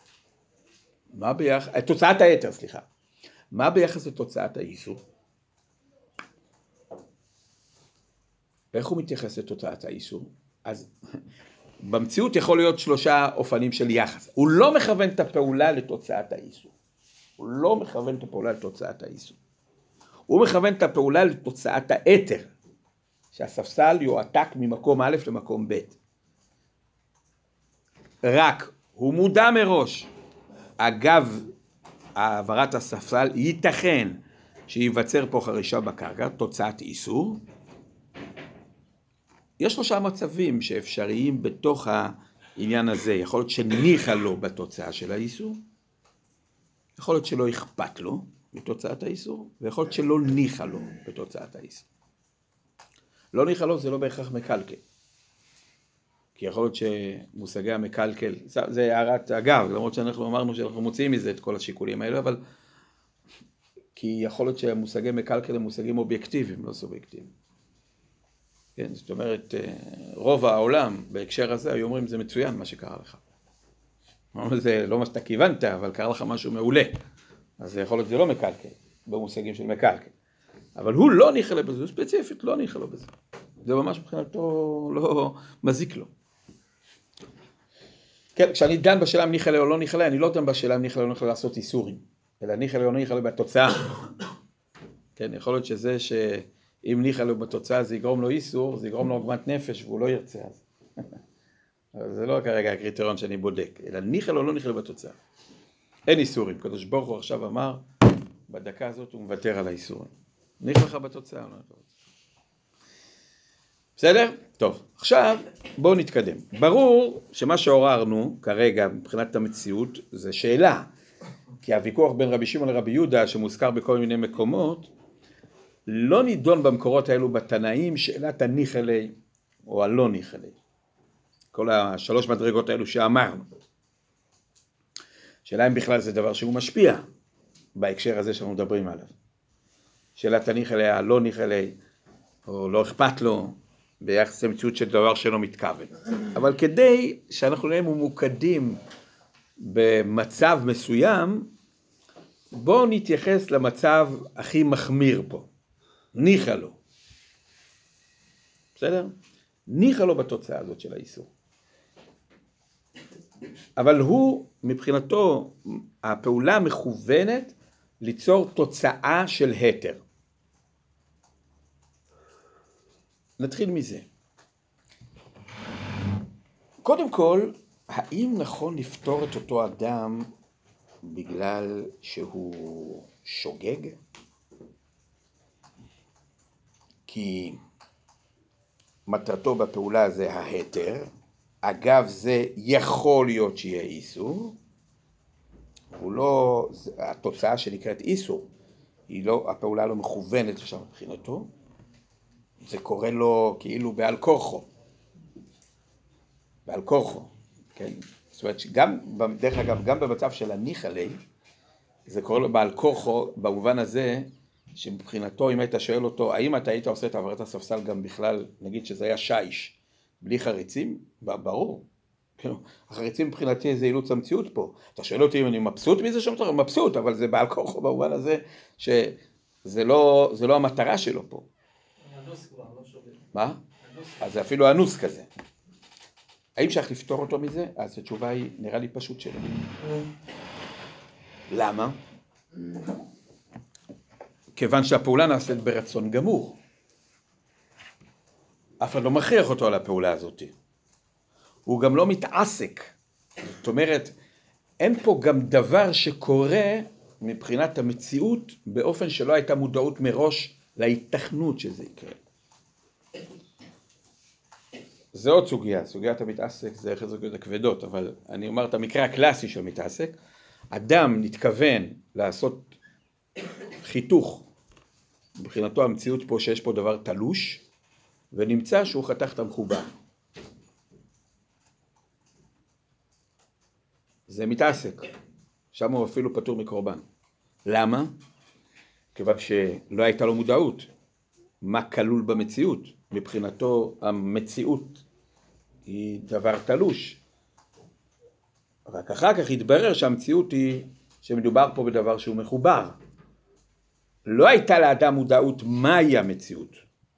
S1: תוצאת היתר, סליחה. מה ביחס לתוצאת האיסור? ואיך הוא מתייחס לתוצאת האיסור? אז במציאות יכול להיות שלושה אופנים של יחס. הוא לא מכוון את הפעולה לתוצאת האיסור. הוא לא מכוון את הפעולה לתוצאת האיסור. הוא מכוון את הפעולה לתוצאת היתר, שהספסל יועתק ממקום א' למקום ב'. רק הוא מודע מראש, אגב העברת הספסל ייתכן שיווצר פה חרישה בקרקע, תוצאת איסור. יש שלושה מצבים שאפשריים בתוך העניין הזה. יכול להיות שניחה לו בתוצאה של האיסור, יכול להיות שלא אכפת לו בתוצאת האיסור, ויכול להיות שלא ניחה לו בתוצאת האיסור. לא ניחה לו זה לא בהכרח מקלקל. כי יכול להיות שמושגי המקלקל, זה הערת אגב, למרות שאנחנו אמרנו שאנחנו מוציאים מזה את כל השיקולים האלה, אבל כי יכול להיות שהמושגי מקלקל הם מושגים אובייקטיביים, לא סובייקטיביים. כן, זאת אומרת, רוב העולם בהקשר הזה היו אומרים זה מצוין מה שקרה לך. זה לא מה שאתה כיוונת, אבל קרה לך משהו מעולה. אז זה יכול להיות זה לא מקלקל, במושגים של מקלקל. אבל הוא לא ניחלה בזה, הוא ספציפית לא ניחלה בזה. זה ממש מבחינתו לא מזיק לו. כן, כשאני דן בשאלה אם ניחלה או לא ניחלה, אני לא דן בשאלה אם ניחלה או לא ניחלה לעשות איסורים, אלא ניחלה או לא ניחלה בתוצאה. כן, יכול להיות שזה שאם ניחלה בתוצאה זה יגרום לו איסור, זה יגרום לו עוגמת נפש והוא לא ירצה אז. אבל זה לא כרגע הקריטריון שאני בודק, אלא ניחלה או לא ניחלה בתוצאה. אין איסורים, קדוש ברוך הוא עכשיו אמר, בדקה הזאת הוא מוותר על האיסורים. ניחלה לך בתוצאה, לא נתראה. בסדר? טוב, עכשיו בואו נתקדם. ברור שמה שעוררנו כרגע מבחינת המציאות זה שאלה, כי הוויכוח בין רבי שמעון לרבי יהודה שמוזכר בכל מיני מקומות, לא נידון במקורות האלו בתנאים שאלת הניחלי או הלא ניחלי. כל השלוש מדרגות האלו שאמרנו. שאלה אם בכלל זה דבר שהוא משפיע בהקשר הזה שאנחנו מדברים עליו. שאלת הניחלי, הלא ניחלי, או לא אכפת לו, ביחס למציאות של דבר שלא מתכוון. אבל כדי שאנחנו נהיה ממוקדים במצב מסוים, בואו נתייחס למצב הכי מחמיר פה. ניחה לו. בסדר? ניחה לו בתוצאה הזאת של האיסור. אבל הוא, מבחינתו, הפעולה מכוונת ליצור תוצאה של היתר. נתחיל מזה. קודם כל, האם נכון לפתור את אותו אדם בגלל שהוא שוגג? כי מטרתו בפעולה זה ההיתר, אגב זה יכול להיות שיהיה איסור, הוא לא, התוצאה שנקראת איסור, היא לא, הפעולה לא מכוונת לשם מבחינתו, זה קורה לו כאילו בעל כורחו. בעל כורחו, כן? זאת אומרת שגם, דרך אגב, גם במצב של הניחלי, זה קורה לו בעל כורחו במובן הזה, שמבחינתו אם היית שואל אותו, האם אתה היית עושה את העברת הספסל גם בכלל, נגיד שזה היה שיש, בלי חריצים? ברור. החריצים מבחינתי זה אילוץ המציאות פה. אתה שואל אותי אם אני מבסוט מזה שם, אני מבסוט, אבל זה בעל כורחו במובן הזה, שזה לא המטרה שלו פה.
S6: הנוס כבר, לא שובר.
S1: מה? אז זה אפילו אנוס כזה. האם שייך לפתור אותו מזה? אז התשובה היא, נראה לי פשוט שלא. למה? כיוון שהפעולה נעשית ברצון גמור. אף אחד לא מכריח אותו על הפעולה הזאת. הוא גם לא מתעסק. זאת אומרת, אין פה גם דבר שקורה מבחינת המציאות באופן שלא הייתה מודעות מראש להיתכנות שזה יקרה. זה עוד סוגיה, סוגיית המתעסק זה איך סוגיות הכבדות, אבל אני אומר את המקרה הקלאסי של מתעסק. אדם נתכוון לעשות חיתוך, מבחינתו המציאות פה שיש פה דבר תלוש, ונמצא שהוא חתך את המחובר. זה מתעסק, שם הוא אפילו פטור מקורבן. למה? כיוון שלא הייתה לו מודעות. מה כלול במציאות? מבחינתו המציאות היא דבר תלוש. רק אחר כך התברר שהמציאות היא שמדובר פה בדבר שהוא מחובר. לא הייתה לאדם מודעות מהי המציאות.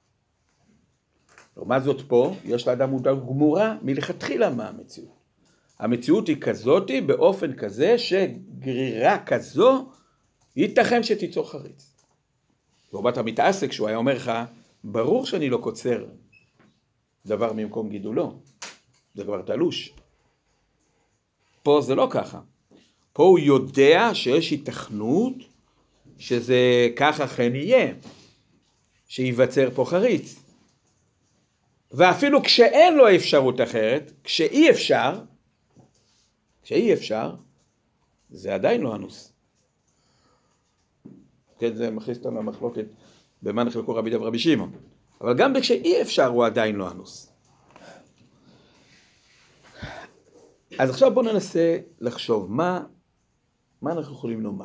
S1: לעומת זאת פה יש לאדם מודעות גמורה מלכתחילה מה המציאות. המציאות היא כזאת באופן כזה שגרירה כזו ייתכן שתיצור חריץ. לעומת המתעסק שהוא היה אומר לך, ברור שאני לא קוצר דבר ממקום גידולו, זה כבר תלוש. פה זה לא ככה. פה הוא יודע שיש היתכנות שזה ככה כן יהיה, שיווצר פה חריץ. ואפילו כשאין לו אפשרות אחרת, כשאי אפשר, זה עדיין לא אנוס. כן, זה מכניס אותנו למחלוקת במה נחלקו רבי דב ורבי שמעון. אבל גם כשאי אפשר הוא עדיין לא אנוס. אז עכשיו בואו ננסה לחשוב מה אנחנו יכולים לומר.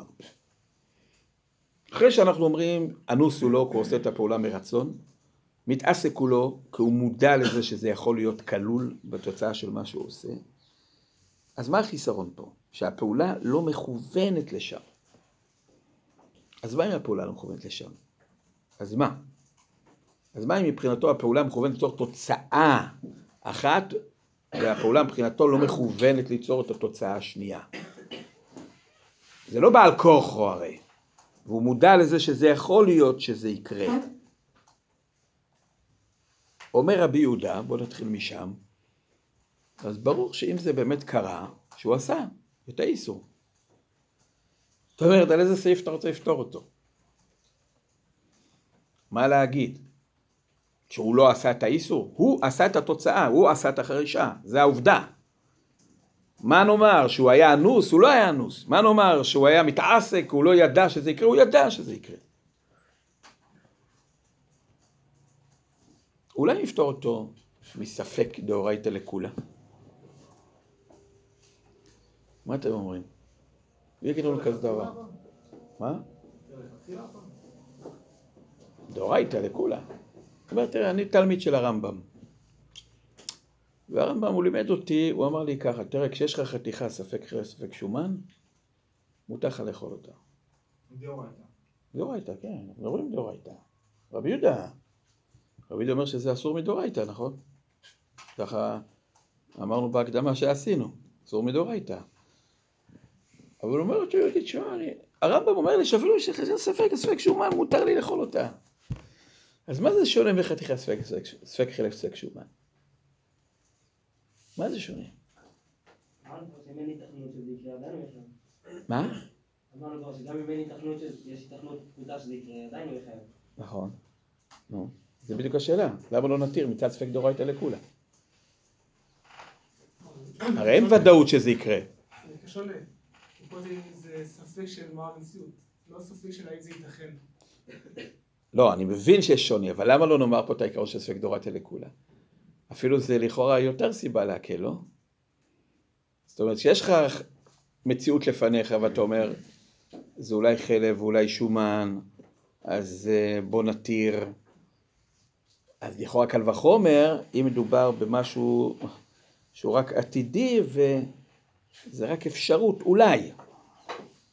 S1: אחרי שאנחנו אומרים אנוס הוא לא, כי הוא עושה את הפעולה מרצון, מתעסק הוא לא, כי הוא מודע לזה שזה יכול להיות כלול בתוצאה של מה שהוא עושה. אז מה החיסרון פה? שהפעולה לא מכוונת לשם. אז מה אם הפעולה לא מכוונת לשם? אז מה? אז מה אם מבחינתו הפעולה מכוונת ליצור תוצאה אחת, והפעולה מבחינתו לא מכוונת ליצור את התוצאה השנייה? זה לא בעל כוחו הרי, והוא מודע לזה שזה יכול להיות שזה יקרה. אומר רבי יהודה, בוא נתחיל משם, אז ברור שאם זה באמת קרה, שהוא עשה את האיסור. זאת אומרת, על איזה סעיף אתה רוצה לפתור אותו? מה להגיד? שהוא לא עשה את האיסור? הוא עשה את התוצאה, הוא עשה את החרישה, זה העובדה. מה נאמר? שהוא היה אנוס? הוא לא היה אנוס. מה נאמר? שהוא היה מתעסק, הוא לא ידע שזה יקרה? הוא ידע שזה יקרה. אולי נפתור אותו מספק דאורייתא לקולה. מה אתם אומרים? ויגידו לו כזה דבר. מה? דאורייתא לקולה. הוא אומר, תראה, אני תלמיד של הרמב"ם. והרמב"ם הוא לימד אותי, הוא אמר לי ככה, תראה, כשיש לך חתיכה ספק חלב ספק שומן, מותר לך לאכול אותה.
S3: דאורייתא.
S1: דאורייתא, כן, מדברים דאורייתא. רבי יהודה אומר שזה אסור מדאורייתא, נכון? ככה אמרנו בהקדמה שעשינו, אסור מדאורייתא. אבל הוא אומר שהוא יגיד, הרמב"ם אומר לי שאפילו שחתיכה ספק שומן, מותר לי לאכול אותה. אז מה זה שונה מחתיכה ספק חלב ספק שומן? מה זה שונה?
S8: אמרנו כבר שאם אין היתכנות שזה יקרה, עדיין הוא יחייב.
S1: מה?
S8: אמרנו כבר שגם אם אין היתכנות שיש היתכנות פחותה שזה יקרה, עדיין הוא יחייב.
S1: נכון. נו, זה בדיוק השאלה. למה לא נתיר מצד ספק דאורייתא לקולה? הרי אין ודאות שזה יקרה.
S9: זה שונה. פה זה ספק של מה המציאות, לא ספק של האם זה ייתכן.
S1: לא, אני מבין שיש שוני, אבל למה לא נאמר פה את העיקרון של ספק דאורייתא לקולה? אפילו זה לכאורה יותר סיבה להקל, לא? זאת אומרת, שיש לך מציאות לפניך ואתה אומר, זה אולי חלב, אולי שומן, אז בוא נתיר. אז לכאורה קל וחומר, אם מדובר במשהו שהוא רק עתידי וזה רק אפשרות, אולי.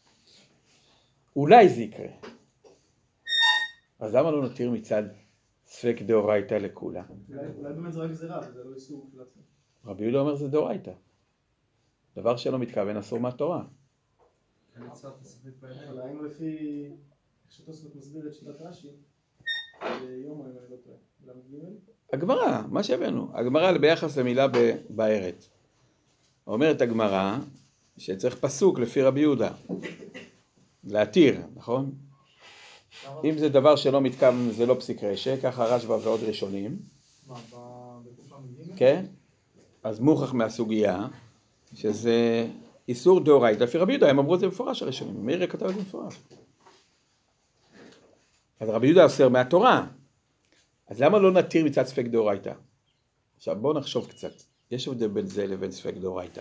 S1: אולי זה יקרה. אז למה לא נתיר מצד ספק דאורייתא לכולה.
S3: אולי באמת זה רק גזירה, וזה לא איסור לעצמו.
S1: רבי יהודה אומר זה דאורייתא. דבר שלא מתכוון אסור מהתורה.
S3: אבל היינו לפי איך שתוספות מסביר את שיטת רש"י, יום או אם אני לא טועה, למ"ג?
S1: הגמרא, מה שהבאנו, הגמרא ביחס למילה בארץ. אומרת הגמרא שצריך פסוק לפי רבי יהודה. להתיר, נכון? אם זה דבר שלא מתכוון זה לא פסיק רש"י, ככה רשב"א ועוד ראשונים.
S2: מה, בתקופה מגיעים?
S1: כן? אז מוכח מהסוגיה שזה איסור דאורייתא לפי רבי יהודה, הם אמרו את זה במפורש הראשונים, מאיר כתב את זה במפורש. אז רבי יהודה אוסר מהתורה, אז למה לא נתיר מצד ספק דאורייתא? עכשיו בואו נחשוב קצת, יש הבדל בין זה לבין ספק דאורייתא.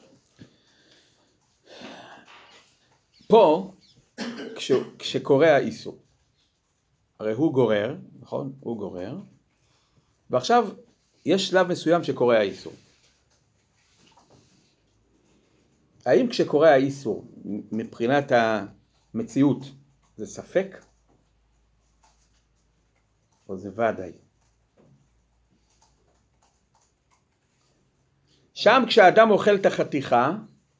S1: פה, כשקורה האיסור, הרי הוא גורר, נכון? הוא גורר, ועכשיו יש שלב מסוים שקורה האיסור. האם כשקורה האיסור, מבחינת המציאות, זה ספק? או זה ודאי? שם כשאדם אוכל את החתיכה,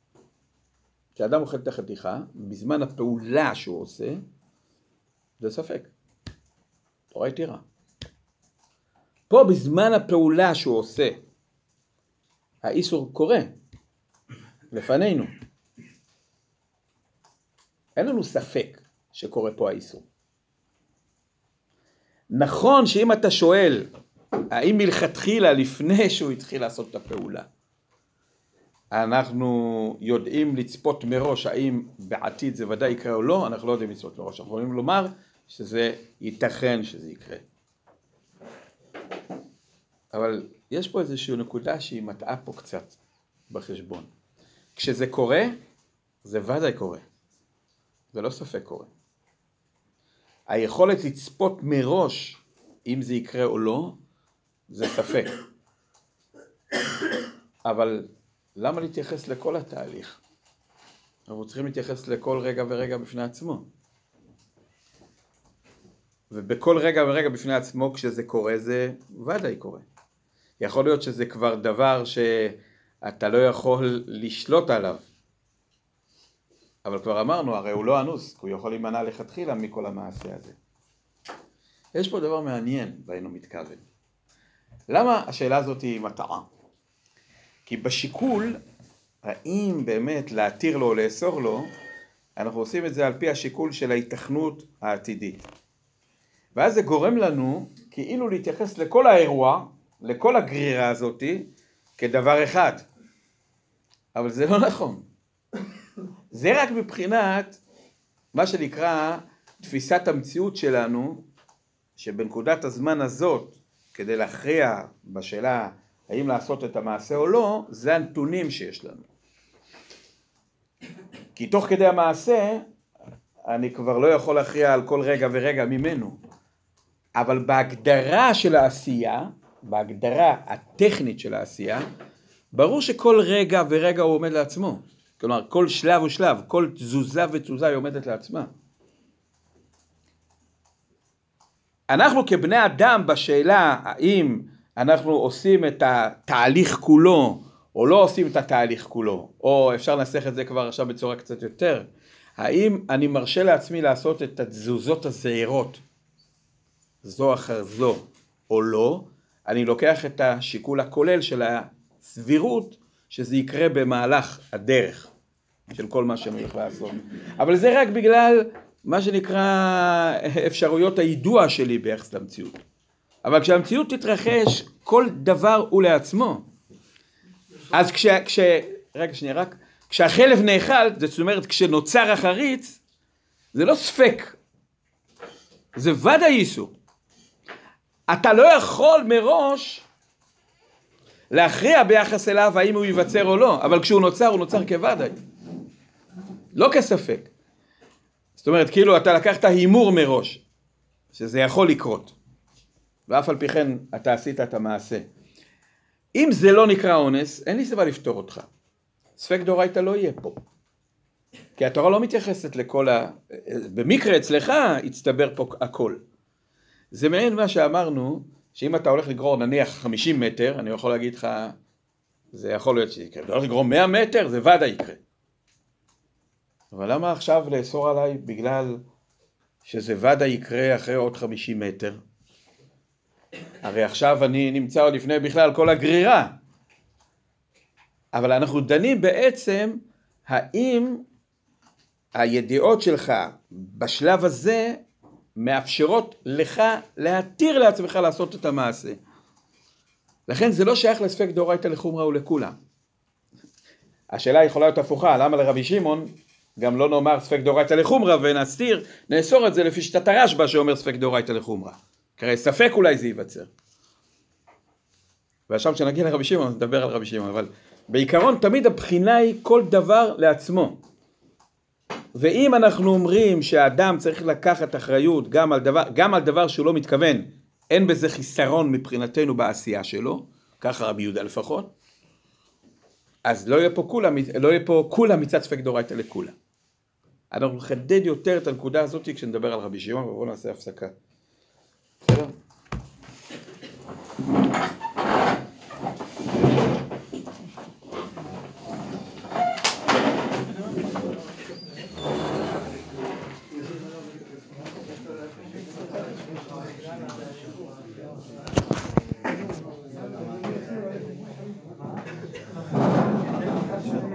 S1: בזמן הפעולה שהוא עושה, זה ספק. תורה יתירה. פה בזמן הפעולה שהוא עושה, האיסור קורה. לפנינו. אין לנו ספק שקורה פה האיסור. נכון שאם אתה שואל, האם מלכתחילה לפני שהוא התחיל לעשות את הפעולה, אנחנו יודעים לצפות מראש האם בעתיד זה ודאי יקרה או לא, אנחנו לא יודעים לצפות מראש. אנחנו יכולים לומר שזה ייתכן שזה יקרה. אבל יש פה איזושהי נקודה שהיא מטעה פה קצת בחשבון. כשזה קורה, זה ודאי קורה. זה לא ספק קורה. היכולת לצפות מראש אם זה יקרה או לא, זה ספק. אבל למה להתייחס לכל התהליך? אנחנו צריכים להתייחס לכל רגע ורגע בפני עצמו. ובכל רגע ורגע בפני עצמו, כשזה קורה, זה ודאי קורה. יכול להיות שזה כבר דבר שאתה לא יכול לשלוט עליו. אבל כבר אמרנו, הרי הוא לא אנוס, הוא יכול להימנע לכתחילה מכל המעשה הזה. יש פה דבר מעניין, והיינו מתכוון. למה השאלה הזאת היא מטעה? כי בשיקול, האם באמת להתיר לו או לאסור לו, אנחנו עושים את זה על פי השיקול של ההיתכנות העתידית. ואז זה גורם לנו כאילו להתייחס לכל האירוע, לכל הגרירה הזאת, כדבר אחד. אבל זה לא נכון. זה רק מבחינת מה שנקרא תפיסת המציאות שלנו, שבנקודת הזמן הזאת, כדי להכריע בשאלה האם לעשות את המעשה או לא, זה הנתונים שיש לנו. כי תוך כדי המעשה, אני כבר לא יכול להכריע על כל רגע ורגע ממנו. אבל בהגדרה של העשייה, בהגדרה הטכנית של העשייה, ברור שכל רגע ורגע הוא עומד לעצמו. כלומר, כל שלב ושלב, כל תזוזה ותזוזה היא עומדת לעצמה. אנחנו כבני אדם בשאלה האם אנחנו עושים את התהליך כולו, או לא עושים את התהליך כולו, או אפשר לנסח את זה כבר עכשיו בצורה קצת יותר, האם אני מרשה לעצמי לעשות את התזוזות הזהירות, זו אחר זו, או לא, אני לוקח את השיקול הכולל של הסבירות, שזה יקרה במהלך הדרך של כל מה שאני הולך לעשות. אבל זה רק בגלל מה שנקרא אפשרויות הידוע שלי ביחס למציאות. אבל כשהמציאות תתרחש, כל דבר הוא לעצמו. אז כשהחלב נאכל, זאת אומרת, כשנוצר החריץ, זה לא ספק, זה ודאי איסור. אתה לא יכול מראש להכריע ביחס אליו האם הוא ייווצר או לא, אבל כשהוא נוצר, הוא נוצר כוודאי. לא כספק. זאת אומרת, כאילו אתה לקחת הימור מראש, שזה יכול לקרות. ואף על פי כן אתה עשית את המעשה. אם זה לא נקרא אונס, אין לי סיבה לפתור אותך. ספק דאורייתא לא יהיה פה. כי התורה לא מתייחסת לכל במקרה אצלך יצטבר פה הכל. זה מעין מה שאמרנו, שאם אתה הולך לגרור נניח 50 מטר, אני יכול להגיד לך, זה יכול להיות שיקרה. אתה הולך לגרור 100 מטר, זה ודאי יקרה. אבל למה עכשיו לאסור עליי בגלל שזה ודאי יקרה אחרי עוד 50 מטר? הרי עכשיו אני נמצא עוד לפני בכלל כל הגרירה. אבל אנחנו דנים בעצם האם הידיעות שלך בשלב הזה מאפשרות לך להתיר לעצמך לעשות את המעשה. לכן זה לא שייך לספק דאורייתא לחומרא ולכולם. השאלה יכולה להיות הפוכה, למה לרבי שמעון גם לא נאמר ספק דאורייתא לחומרא ונסתיר, נאסור את זה לפי שיטת הרשב"א שאומר ספק דאורייתא לחומרא. כרי ספק אולי זה ייווצר. ועכשיו כשנגיע לרבי שמעון נדבר על רבי שמעון, אבל בעיקרון תמיד הבחינה היא כל דבר לעצמו. ואם אנחנו אומרים שהאדם צריך לקחת אחריות גם על דבר שהוא לא מתכוון, אין בזה חיסרון מבחינתנו בעשייה שלו, ככה רבי יהודה לפחות, אז לא יהיה פה כולה מצד ספק דאורייתא לכולה. אנחנו נחדד יותר את הנקודה הזאת כשנדבר על רבי שמעון, ובואו נעשה הפסקה. בסדר?